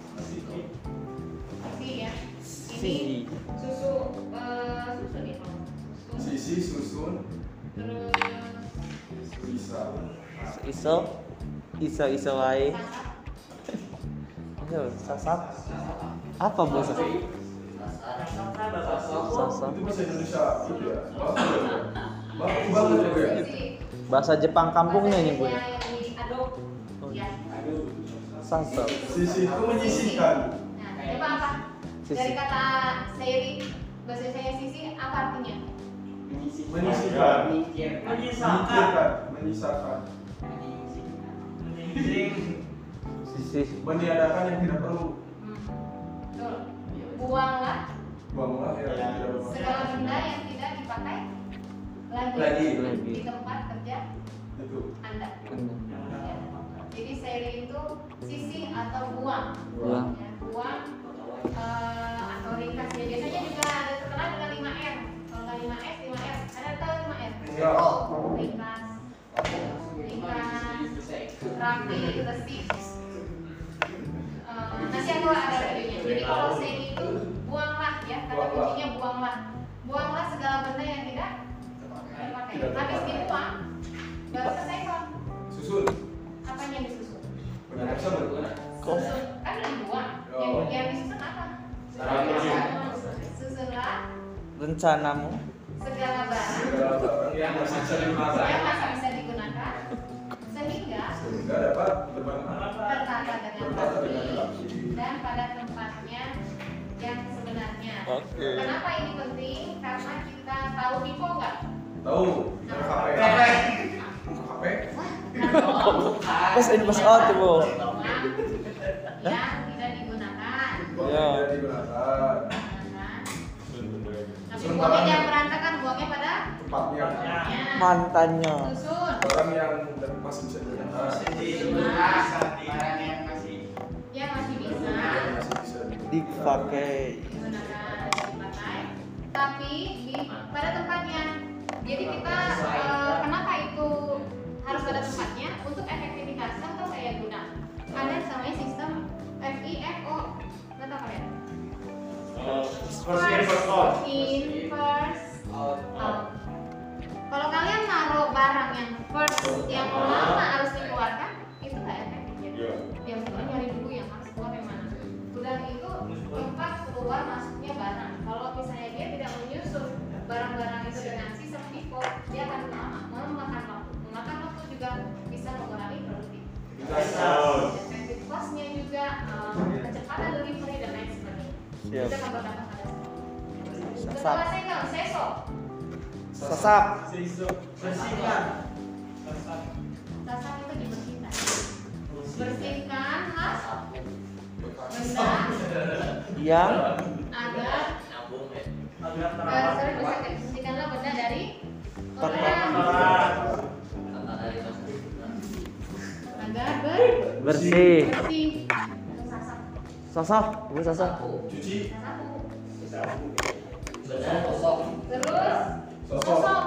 Sisi ya. Ini susu eh, susu nih. Susu. Sisi susun Terus bisa. Iso. Iso iso wae. sasap. Yo, sasap. Apa Bu? Sasap. Itu bahasa Indonesia. Iya. Bagus banget ya, Bu ya. Sisi. Bahasa Jepang kampungnya ini Bu ya. Bahasa Indonesia yang diaduk. Ya. Sasap. Sisi itu menyisihkan. Nah, coba apa? Sisi. Dari kata Seiri, bahasa Indonesia sisi apa artinya? Menyisihkan. Menyisihkan. Menyisakan. Sisi. Meniadakan yang tidak perlu. Hmm. Betul. Buanglah Buanglah yang tidak perlu. segala benda yang tidak dipakai lagi, Lagi. Lagi. di tempat kerja Itu. Anda. Ya. Jadi Seiri itu sisi atau buang. Buang. Ya, buang eh, atau ringkas ya. Biasanya juga ada terkenal dengan lima R. Kalau nggak lima S, lima R. Ada tahu lima R? Ya. Ringkas, ringkas, rapi, resik. Eh, nanti aku ada videonya. Jadi kalau Seiri itu buanglah ya, kata Buanglah. kuncinya buanglah. Buanglah segala benda yang tidak dipakai. Tidak Habis dipakai. dibuang, baru selesai kok. Susun. Apanya yang disusun? Benar sama. Susun kan udah dibuang. Yang, Oh. yang disusun apa? Strategi. Susunlah Rencanamu. segala barang Segala barang yang masih bisa digunakan. yang masih bisa digunakan sehingga Sehingga dapat bermanfaat. tertata dengan Bertata dengan rapi rapi. dan pada tempatnya yang sebenarnya. Oke. Kenapa ini penting? Karena kita tahu Dipo nggak? Tahu. H P. H P. Pas ini pas out Bu. Yang tidak digunakan. Buang Ya. tidak digunakan. Nah, tapi Susun buangnya barang. jangan berantakan, buangnya pada Tempatnya. tempatnya. Mantannya. Susun. Barang yang masih bisa digunakan. Barang yang masih Yang masih bisa Yang masih bisa digunakan. Dipakai. digunakan dipakai, tapi di pada tempatnya. Jadi kita eh, kenapa itu harus pada tempatnya? Untuk efektivitas kan tuh kayak guna. Ada yang namanya sistem F I F O. Nggak tahu kalian? First in, first out. in, first out. Kalau kalian naruh barang yang first yang lama harus dikeluarkan, itu nggak efektif ya. Iya. Yang sebenarnya nyari dulu yang harus keluar yang mana. Udah itu tempat keluar masuknya barang. Kalau misalnya dia tidak menyusun barang-barang itu dengan sistem FIFO, dia akan lama, memakan waktu. Memakan waktu juga bisa mengurangi produktivitas. Efektif costnya juga, eh, kecepatan delivery dan lain sebagainya. Siap. Kita akan berdampak pada situ. Sasap. Kedua segel, seso. Sasap. Sasap itu dibersihkan. Bersihkanlah benda Yang agar Nyambung ya. eh, sorry, bersihkan- bersihkanlah benda dari kotoran Kata dari Mas. agar ber bersih. bersih. Sasap. Sosok, ibu sosok. Cuci. Sasapu. Benar kosong. Terus Sosok. sosok.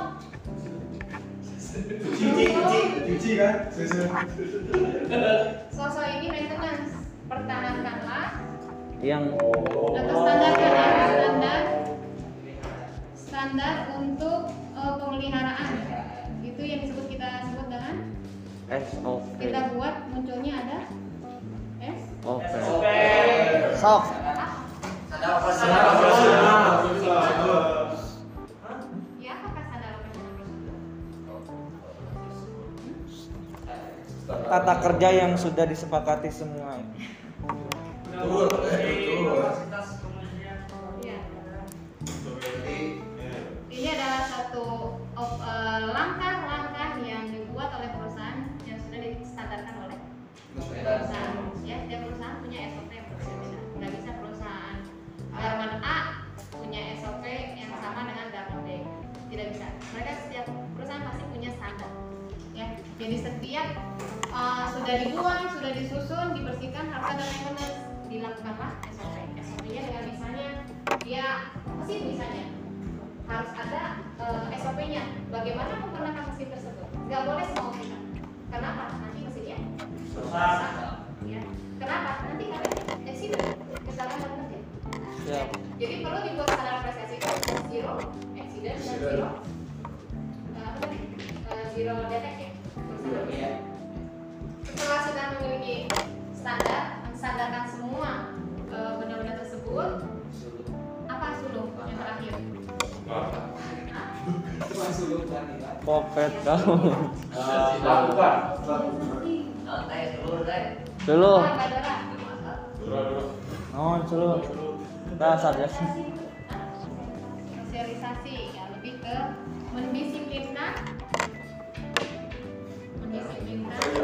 Cuci, cuci, cuci kan? Susun. Sosok ini maintenance. Pertahankanlah Yang atau standarkan ya, standar standar untuk eh, pemeliharaan. Itu yang disebut kita sebut dengan S O P. kita buat munculnya ada S. O P. Oke. Sok. Sadar Sadar operasional. Ya, apakah standar operasional prosedur? Tata kerja yang sudah disepakati semua. Betul, betul. Iya. Jadi, Ini adalah satu of- eh, langkah-langkah yang dibuat oleh perusahaan yang sudah distandarkan oleh perusahaan. Ya, setiap perusahaan punya S O P yang berbeda. Nggak bisa perusahaan garment A punya S O P yang sama dengan garment B. Tidak bisa. Mereka setiap perusahaan pasti punya standar. Ya, jadi setiap eh, sudah dibuang, sudah disusun, dibersihkan, harus ada maintenance, dilakukanlah S O P. S O P-nya dengan misalnya dia mesin misalnya harus ada eh, S O P-nya. Bagaimana menggunakan mesin tersebut? Nggak boleh semau kita. Kenapa? Nanti mesinnya rusak. Ya. Kenapa? Nanti kalian accident, kesalahan dalam kerja. Siap. Jadi perlu dibuat standar apresiasi itu zero accident dan zero eh, apa tadi? Eh, zero defect ya. Iya. Setelah sudah memiliki standar, menstandarkan semua eh, benda-benda tersebut, apa sulung yang terakhir? Popet kamu. Lakukan. Nah, teh seluruh teh. Dulu. Badara. Non, dulu. Dasar ya. Sosialisasi ya, lebih ke mendisiplinkan mendisiplinkan saya.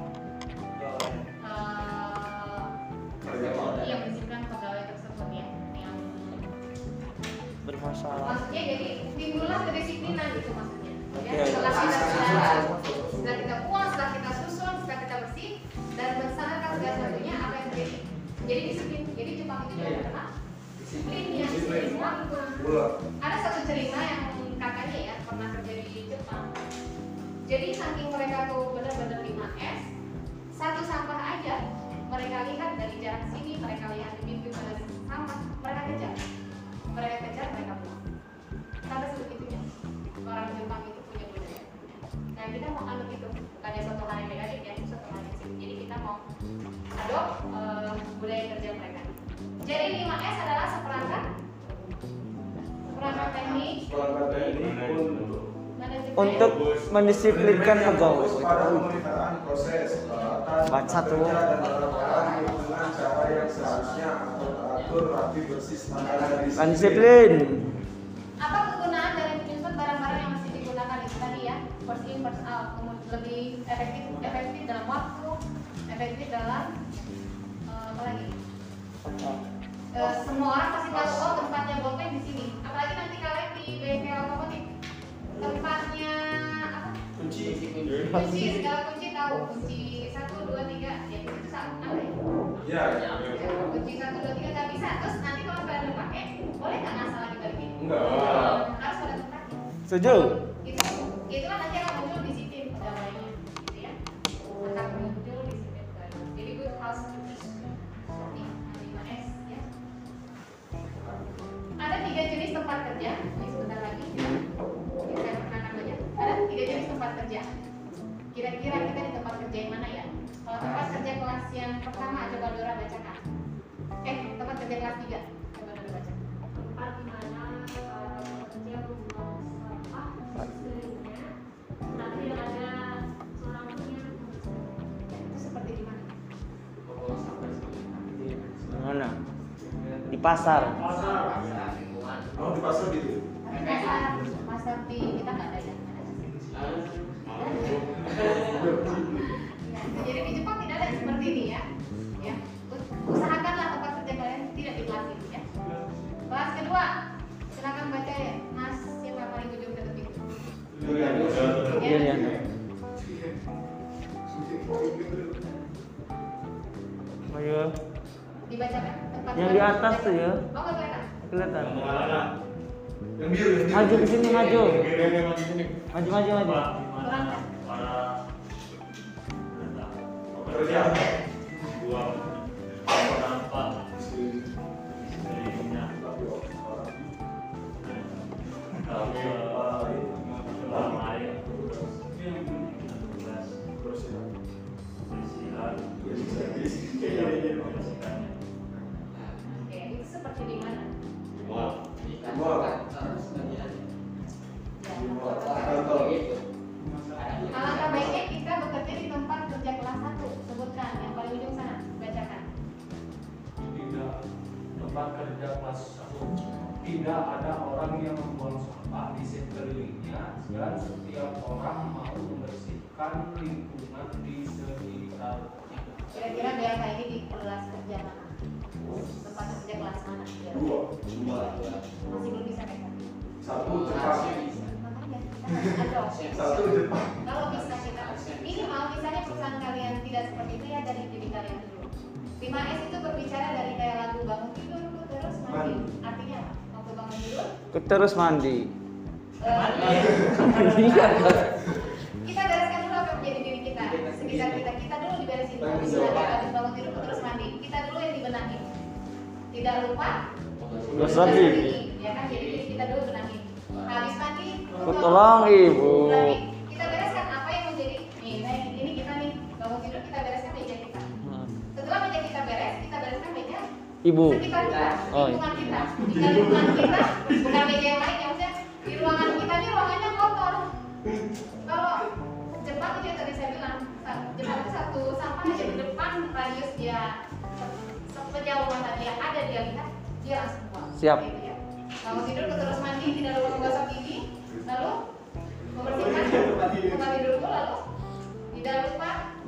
eh iya mendisiplinkan pegawai tersebut ya yang Bermasalah. maksudnya jadi timbullah kedisiplinan gitu maksudnya ya, Oke. setelah kita sudah setelah kita puas, setelah kita susun, setelah kita bersih dan menstandarkan segala sesuatunya apa yang terjadi jadi disiplin. Jadi Jepang itu juga terkenal disiplin ya, disiplin semua gitu. Ulang. Ada satu cerita yang kakaknya ya pernah kerja di Jepang. Jadi saking mereka tuh benar-benar lima S, satu sampah aja mereka lihat dari jarak sini, mereka lihat di pintu dari sampah, mereka kejar, mereka kejar, mereka buang. Sampai sebegitunya orang Jepang itu punya budaya. Nah kita mau anut itu, bukannya suatu hal yang negatif ya, itu suatu hal yang positif. Jadi kita mau adop eh, budaya kerja mereka. Jadi lima S adalah seperangkat seperangkat teknik Perangkat teknik untuk manajemen Untuk mendisiplinkan pegawai. pada pemeliharaan proses peralatan Baca tuh. kerja dan barang-barang dengan cara yang seharusnya atau teratur rapi bersih standar dan Kan disiplin. apa kegunaan dari menyusun barang-barang yang masih digunakan itu tadi ya first in first out kemudian lebih efektif efektif dalam waktu efektif dalam eh, apa lagi Eh, semua orang pasti tahu oh tempatnya bolpen di sini apalagi nanti kalian di bengkel otomotif tempatnya apa kunci. kunci segala kunci tahu kunci satu dua tiga ya kunci satu apa ya Ya, kunci satu dua tiga nggak bisa terus nanti kalau kalian udah pakai boleh nggak ngasal lagi balikin enggak. harus pada tempatnya Setuju? itu itu kan nanti akan muncul disiplin pegawainya gitu ya akan muncul disiplin pegawai jadi good housekeeping seperti lima S ya ada tiga jenis tempat kerja ini sebentar lagi ini saya perkenalkan aja ada tiga jenis tempat kerja kira-kira kita di tempat kerja yang mana ya kalau tempat kerja kelas yang pertama coba Dora bacakan eh tempat kerja kelas tiga coba Dora baca tempat di mana uh, pekerja membuang sampah sekelilingnya tapi ada seorang pun yang membersihkan. Itu seperti di mana? Mana? Di pasar. Oh, di pasar gitu. Tapi pasar pasar di kita nggak ada ya? Ada. Iya, iya. Ayo. Dibacakan tempat Yang di atas tuh ya. Oh, nggak kelihatan. Kelihatan. Yang biru, yang biru. Maju ke sini, maju. Yang maju sini. Maju, maju, maju. Kurang kan? Para Kerja. dua penampak istrinya. Oke, itu seperti di mana? Alangkah baiknya kita bekerja di tempat kerja kelas satu. Sebutkan yang paling ujung sana. Bacakan. Tidak, tempat kerja kelas satu tidak ada orang yang membuang sampah di sekelilingnya dan setiap orang mau membersihkan lingkungan di sekitarnya. Kira-kira B L K ini di kelas kerja mana? Tempat kerja kelas mana? Dua. Masih belum bisa kan? Satu Jepang. Makanya kita ada opsi. Satu Jepang. Kalau bisa kita minimal misalnya perusahaan kalian tidak seperti itu ya dari diri kalian dulu. lima S itu berbicara dari kayak lagu bangun tidur terus mandi. Artinya apa? Waktu bangun tidur Terus mandi. eh, Iya. kita bereskan dulu apa yang menjadi diri kita sekitar kita kita dulu diberesin dulu. Misalnya habis bangun tidur terus mandi kita dulu yang dibenahi, tidak lupa Terus lagi. ya kan, jadi diri kita dulu benahi. Habis mandi Aku tolong ibu. berarti kita bereskan apa yang menjadi nih, nah ini kita nih bangun tidur kita bereskan meja kita. Setelah meja kita beres kita bereskan meja Ibu. sekitar kita, Oh, iya. lingkungan kita. Jika lingkungan kita bukan meja yang lain, ya maksudnya di ruangan kita ini ruangannya kotor. Kalau Jepang itu yang tadi saya bilang, Jepang itu satu sampah aja di depan radius dia se- sejauh mata dia ada dia lihat dia langsung buang. Siap. Gitu ya. Bangun tidur terus mandi, tidak lupa menggosok gigi, lalu membersihkan tempat tidur dulu, lalu tidak lupa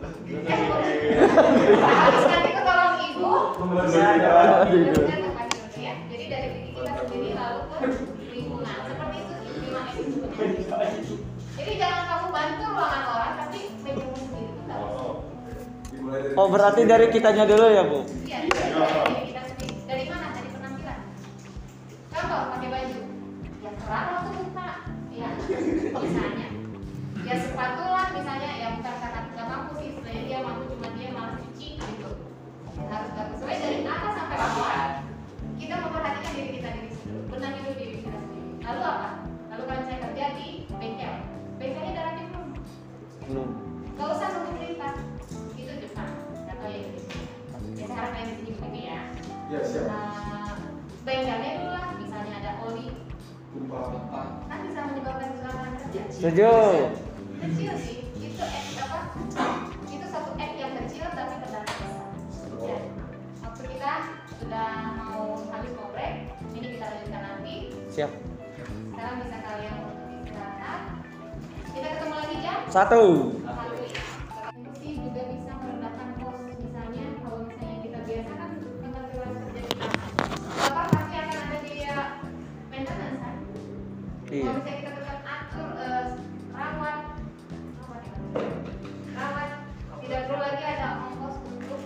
habis mandi itu tolong ibu membersihkan tempat tidur ya. Jadi dari diri kita sendiri lalu ke lingkungan. Seperti itu lima S itu sebenarnya. Jadi jangan kamu bantu ruangan orang, tapi mejamu sendiri itu nggak usah. Dimulai dari Oh, berarti dari kitanya dulu ya, Bu? Iya, dari diri kita sendiri. Dari mana? Dari penampilan. Contoh pakai baju. Ya terang waktu buka. Ya, misalnya. Ya sepatu lah misalnya, ya bukan karena nggak mampu sih, sebenarnya dia mampu cuma dia malas cuci gitu. Harus bagus. Soalnya dari atas sampai bawah kita memperhatikan diri kita diri sendiri, benahi dulu diri kita sendiri. Lalu apa? Lalu kalau saya kerja di bengkel, bengkelnya ada rapi belum? Belum. Gak usah nunggu perintah. Itu Jepang. Gak tahu ya Indonesia. Ya saya harapkan di sini begini ya. Ya, siap. Nah, bengkelnya dulu lah, misalnya ada oli, Tumpah. kan bisa menyebabkan kecelakaan kerja. Setuju. Kecil sih, itu act apa? Itu satu act yang kecil tapi berdampak besar. Ya. Waktu kita sudah mau habis mau break, ini kita lanjutkan nanti. Siap. Sekarang bisa kalian istirahat. Kita ketemu lagi jam Satu. satu. Sih juga bisa merendahkan kos. Misalnya kalau misalnya kita biasa kan tempat kerja kita, bapak pasti akan ada biaya maintenance kan? Iya. Kalau misalnya kita tetap atur eh, rawat, rawat, ya, rawat, tidak perlu lagi ada ongkos untuk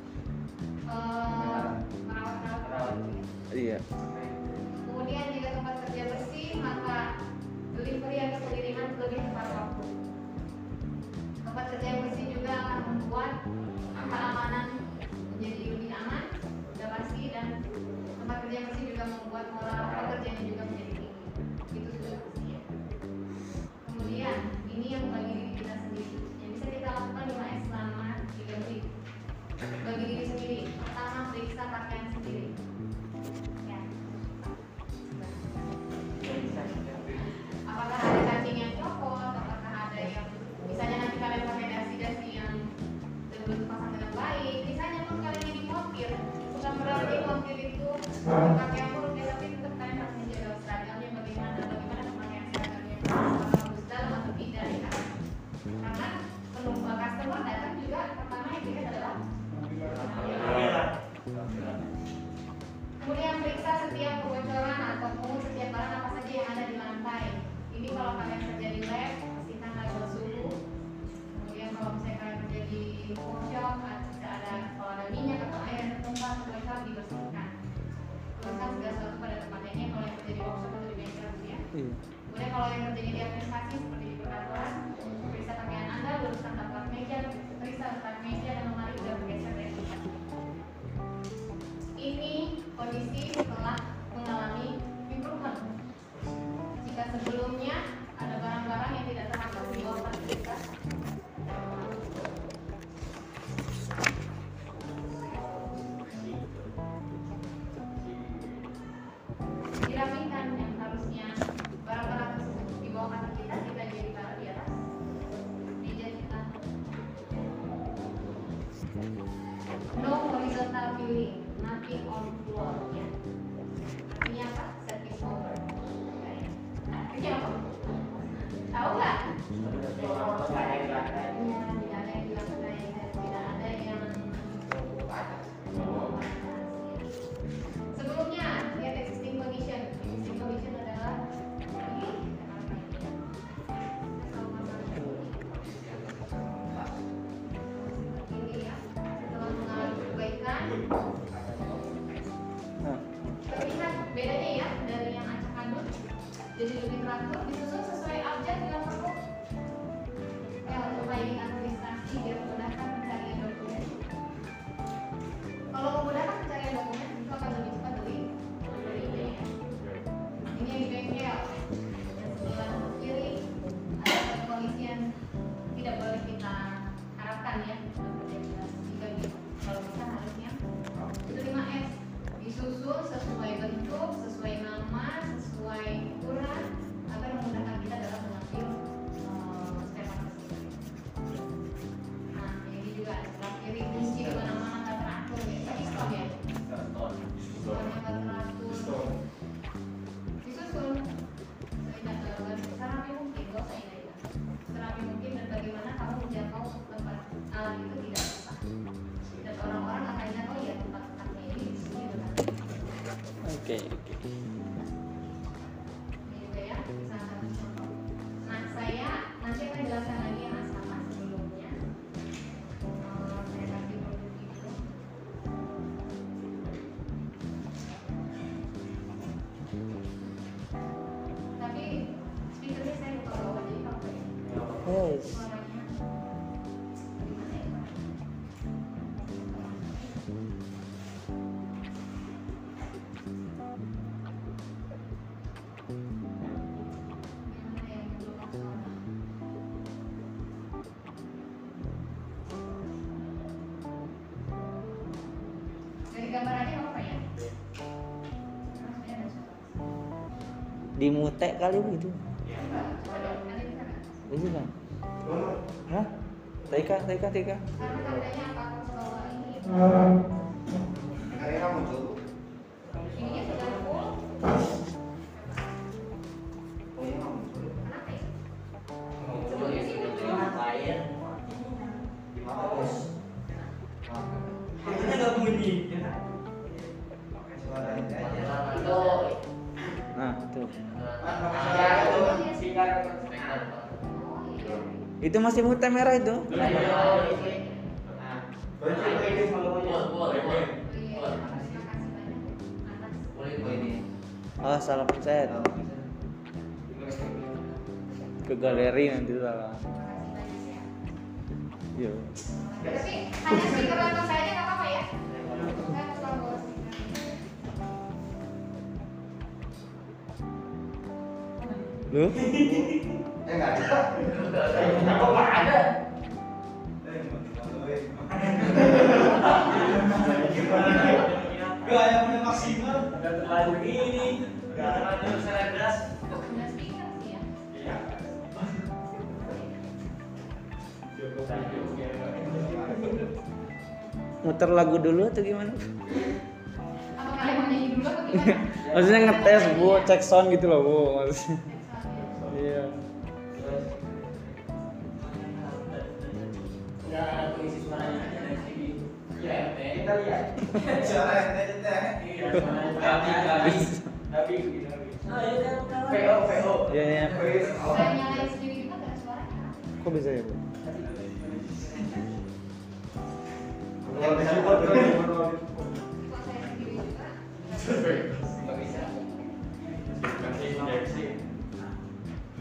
eh, merawat-rawat. Iya. Kemudian jika tempat kerja bersih, maka delivery atau pengiriman lebih tepat waktu. Tempat kerja yang bersih juga akan membuat keamanan menjadi lebih aman, sudah pasti, dan tempat kerja yang bersih juga membuat moral pekerjanya juga menjadi tinggi. Itu sudah pasti ya. Kemudian ini yang bagi diri kita sendiri yang bisa kita lakukan lima S selama tiga menit. Bagi diri sendiri, pertama periksa pakaian sendiri. Ya. kalau yang terjadi di administrasi seperti di perkantoran, periksa pakaian Anda, luruskan taplak meja, periksa letak meja dan lemari sudah bergeser dari tempat. Ini kondisi setelah mengalami improvement. Jika sebelumnya ada barang-barang yang tidak terangkat di bawah fasilitas, dirapikan, yang harusnya barang-barang tersebut di bawah kaki kita, kita jadi taruh di atas meja kita. No horizontal viewing, nothing on floor, ya. Artinya apa? Service over. Artinya apa? Tahu nggak? Nggak ada yang lantai. Ya, tidak ada yang di lantai, dan tidak ada yang sebelumnya lihat existing condition. Existing condition adalah ini. Ini ya, setelah mengalami perbaikan. Nah, Terlihat bedanya ya dari yang acak adut jadi lebih teratur, disusun sesuai abjad bila perlu. Ya, untuk filing administrasi biar memudahkan pencarian dokumen. Kalau memudahkan pencarian dokumen itu akan lebih cepat dari dari ini ya. Ini yang di bengkel. Dan sebelah kiri ada kondisi yang tidak boleh kita harapkan ya. Jika kalau bisa harusnya itu lima S. Disusun sesuai bentuk, sesuai nama, sesuai ukuran agar memudahkan kita dalam mengambil uh, step tersebut. Nah, ini juga sebelah kiri kunci di mana-mana nggak teratur ya, tadi stop ya. Stopnya nggak teratur. Disusun sesuai serapi mungkin, gak usah ini. Serapi mungkin dan bagaimana kamu menjangkau tempat alat itu tidak susah. Dan orang-orang akan tahu ya tempat-tempatnya ini di sini benar. oke oke. Ini juga ya, bisa satu contoh. Nah, saya nanti akan jelaskan lagi yang sama sebelumnya. Eh, saya kasih produk itu. Tapi speakernya saya lupa bawa, jadi kalau Yes. suaranya gimana ya? Gimana yang belum suara? Dari gambar aja nggak apa ya? Maksudnya ada suara. Di mute kali begitu. Coba dong, ada di sana. Bisa kan? Hah? Taika, Taika, Taika. Karena tandanya apa aku bawa ini? Karena muncul. Ininya sudah full. Oh iya nggak muncul. Kenapa ya? Sebelumnya sih muncul lain. Maaf. Itu nggak bunyi. Suaranya aja. Itu. Nah, tuh. Ya itu speaker. Oh iya. Itu masih mute merah itu. Nah, Baca ini kalau boleh, boleh, boleh. Oh iya, terima kasih banyak. Atas. Boleh, boleh. Oh, salah pencet. Ke galeri nanti salah. Terima kasih banyak ya. Yo. Tapi hanya speaker laptop saya aja nggak apa-apa ya? Saya harus bawa speaker. Lu? Eh nggak ada. Kok nggak ada? Gak yang punya maksimal. Udah terlalu ini. Udah terlalu seledas. Udah speaker sih ya. Iya. Muter lagu dulu atau gimana? Apa kalian mau nyanyi dulu atau gimana? Maksudnya ngetes bu, cek sound gitu loh bu. Maksudnya. Iya. Nggak ada pengisi suaranya aja dari sini. Ya, kita lihat. Suara ente ente. Iya, suaranya tapi tapi begini lagi. V O V O. Iya iya. Saya nyalain sendiri juga nggak ada suaranya. Kok bisa ya bu? Kalau bisa buat Kalau saya sendiri juga. Nggak bisa. Kasih injeksi.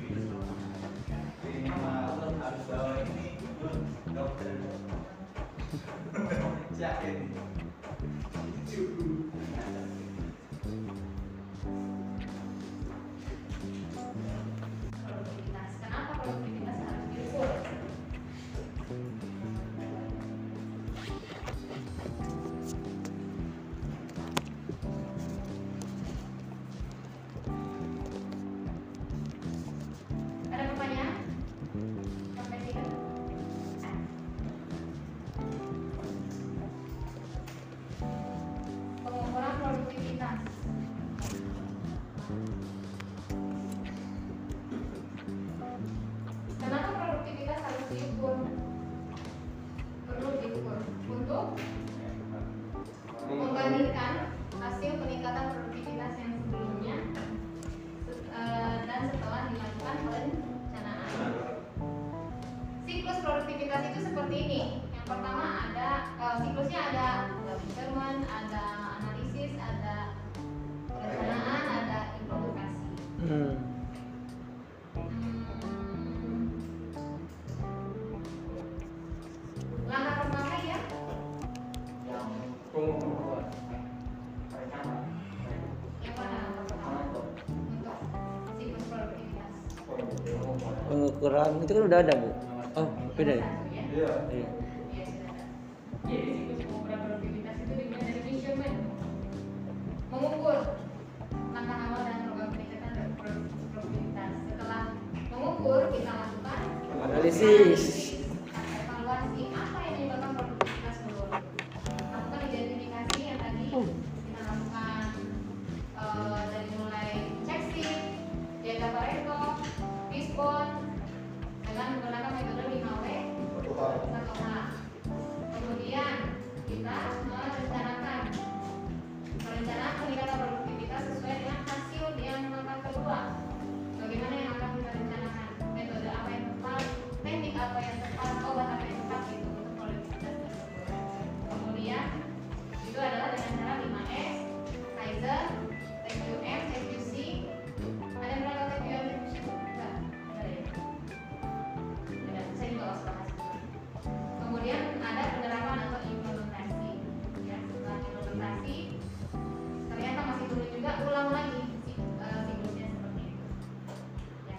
Pengukuran itu kan udah ada bu. Oh beda ya? Satu ya. Iya. Iya. Iya sudah ada. Jadi di situ pengukuran produktivitas itu dimulai dari measurement, mengukur langkah awal dan program peningkatan produktivitas. Setelah mengukur kita lakukan Analisis. evaluasi apa yang menyebabkan produktivitas menurun. Lakukan identifikasi yang tadi kita lakukan eh, dari mulai check sheet, data Pareto, Fishbone dengan menggunakan metode lima W satu H. Kemudian kita merencanakan merencanakan peningkatan produktivitas sesuai dengan hasil yang langkah kedua. Bagaimana yang akan kita rencanakan? Metode apa yang tepat? Teknik apa yang tepat? Obat apa yang tepat itu untuk produktivitas tersebut. Kemudian itu adalah dengan cara lima S, Kaizen, T Q M, T Q C. Ada yang pernah T Q M, T Q C? Enggak, ada ya. Ada, saya juga harus bahas dulu. Kemudian ada penerapan atau implementasi. Ya, setelah implementasi ternyata masih turun juga, ulang lagi si- eh, siklusnya seperti itu. Ya.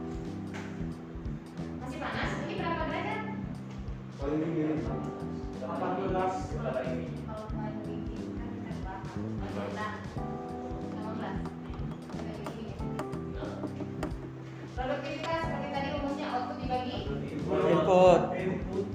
Masih panas? Ini berapa derajat? Paling tinggi. delapan belas berapa ini? Kalau paling tinggi kan kita berapa? delapan belas. delapan belas. Agak tinggi ya. Produktivitas seperti tadi rumusnya output dibagi Input. Input.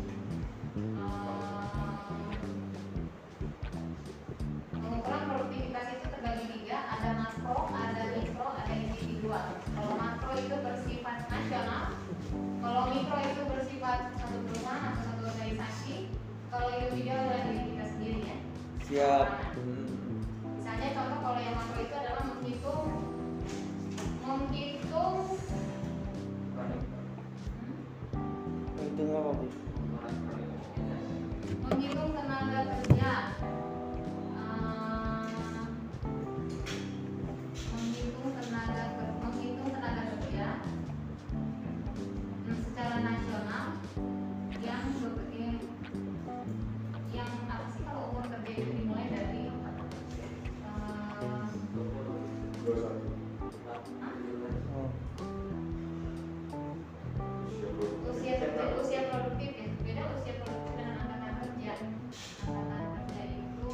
pengukuran produktivitas itu terbagi tiga, ada makro, ada mikro, ada individual. Kalau makro itu bersifat nasional, kalau mikro itu bersifat satu perusahaan atau satu organisasi, kalau individual adalah diri kita sendiri ya. Siap. Misalnya contoh kalau yang makro itu adalah menghitung menghitung Itu apa bu? menghitung tenaga kerja, eh, menghitung tenaga ker- menghitung tenaga kerja hmm, secara nasional yang ber- yang apa sih kalau umur kerja itu dimulai dari eh, Dua satu. Oh. usia kerja, usia produktif ya, beda usia produktif dengan angkatan kerja. Angkatan kerja itu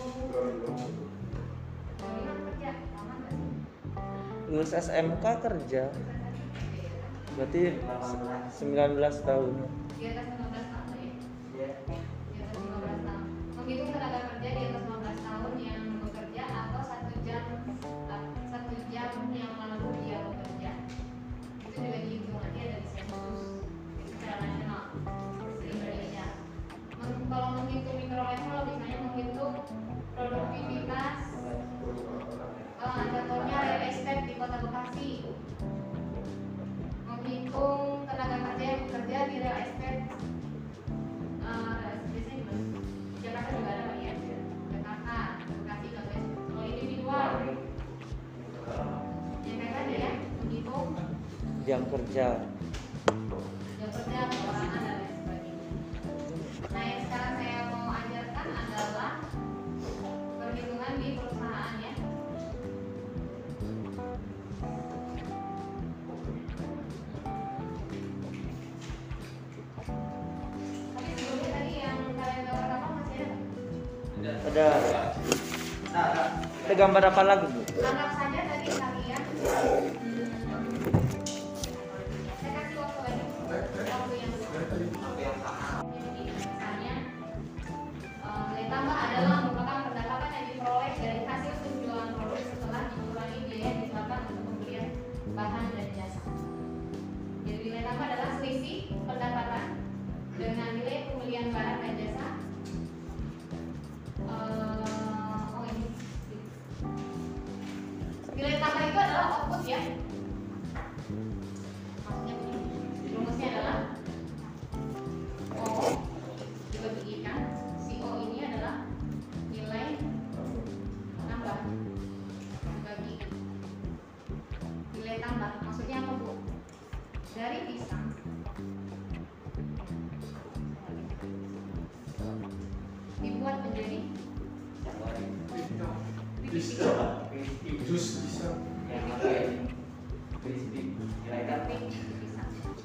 jaminan kerja, lama nggak sih? Lulus S M K kerja. Berarti sembilan belas tahun. Di atas lima belas tahun ya? Di atas lima belas tahun. Menghitung tenaga kerja di atas lima belas tahun yang bekerja atau satu jam satu jam yang lalu dia bekerja. Itu juga dihitung nanti ada di sensus secara nasional di Indonesia. Men- Kalau menghitung mikro level misalnya menghitung produktivitas eh, contohnya real estate di Kota Bekasi, menghitung tenaga kerja yang bekerja di real estate eh, biasanya di mana? Jakarta juga ada Pak ya? Jakarta, Bekasi, Bekasi. Kalau individual ya kayak tadi ya, menghitung Jam kerja. jam kerja, perorangan dan lain sebagainya. Nah yang sekarang saya mau ajarkan adalah perhitungan di perusahaan ya. Tapi sebelumnya tadi yang kalian gambar kapal masih ada nggak? Ada. Ada gambar apa lagi bu? Anggap saja tadi kalian hmm, saya kasih waktu lagi waktu yang jadi misalnya eh, nilai tambah adalah merupakan pendapatan yang diperoleh dari hasil penjualan produk setelah dikurangi biaya yang dikeluarkan untuk pembelian bahan dan jasa. Jadi nilai tambah adalah selisih pendapatan dengan nilai pembelian barang dan jasa. Eh, oh ini nilai tambah itu adalah output ya. Maksudnya begini, rumusnya adalah O dibagi I kan, si O ini adalah nilai tambah dibagi nilai tambah. Maksudnya apa bu? Dari pisang dibuat menjadi Jus bisa. Yang apa ini? Crispy. Nilai dapat. pisang.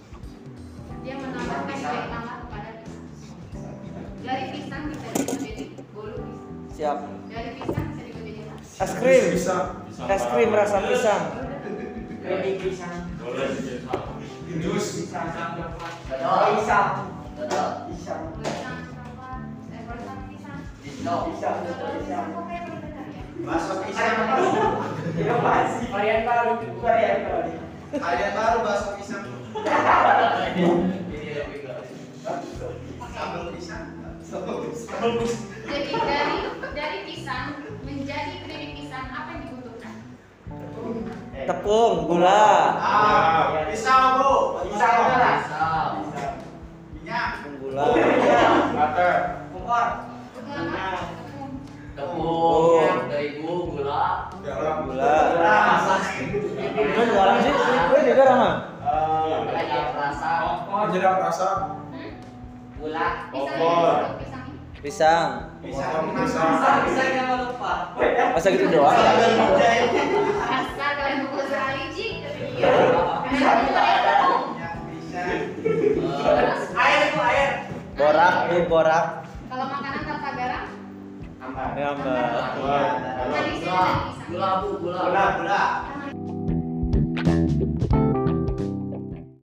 Siap. Dari pisang bisa dibaca juga. Es krim. Pisang. Es krim rasa pisang. Keripik pisang. Boleh pisang. Jus. Pisang coklat. Dodol. Pisang. Dodol. Pisang. Pisang, coklat, eh boleh sama pisang. Dino. Pisang. Dodol pisang kok kayak paling benar ya? Bakso pisang. Inovasi. Varian baru. Varian baru. Varian baru bakso pisang. Sambal pisang. Sambal pisang. Jadi dari dari pisang menjadi keripik pisang apa yang dibutuhkan? Tepung, gula, Ah, pisang bu. Pisang apa lah? Minyak. tepung gula. Butter. Kompor. Tepung apa? Tepung. Tepung, terigu, gula. Garam. gula. Masak. Itu garam sih, itu juga ramah. Rasa. Penyedap rasa. Hmm? Gula. Pisang Kompor. ini pisang ini. Pisang. Pisang. Pisang. Pisang jangan lupa. Masa gitu doang? Asal kalian pukul sekali jik kata dia. Karena itu ada tepung. Terus Air itu air. Borak, bu, borak. kalau makanan tanpa garam, Ambar. Ya, Mbak. tradisinya dari pisang. Gula bu, gula. Gula, gula.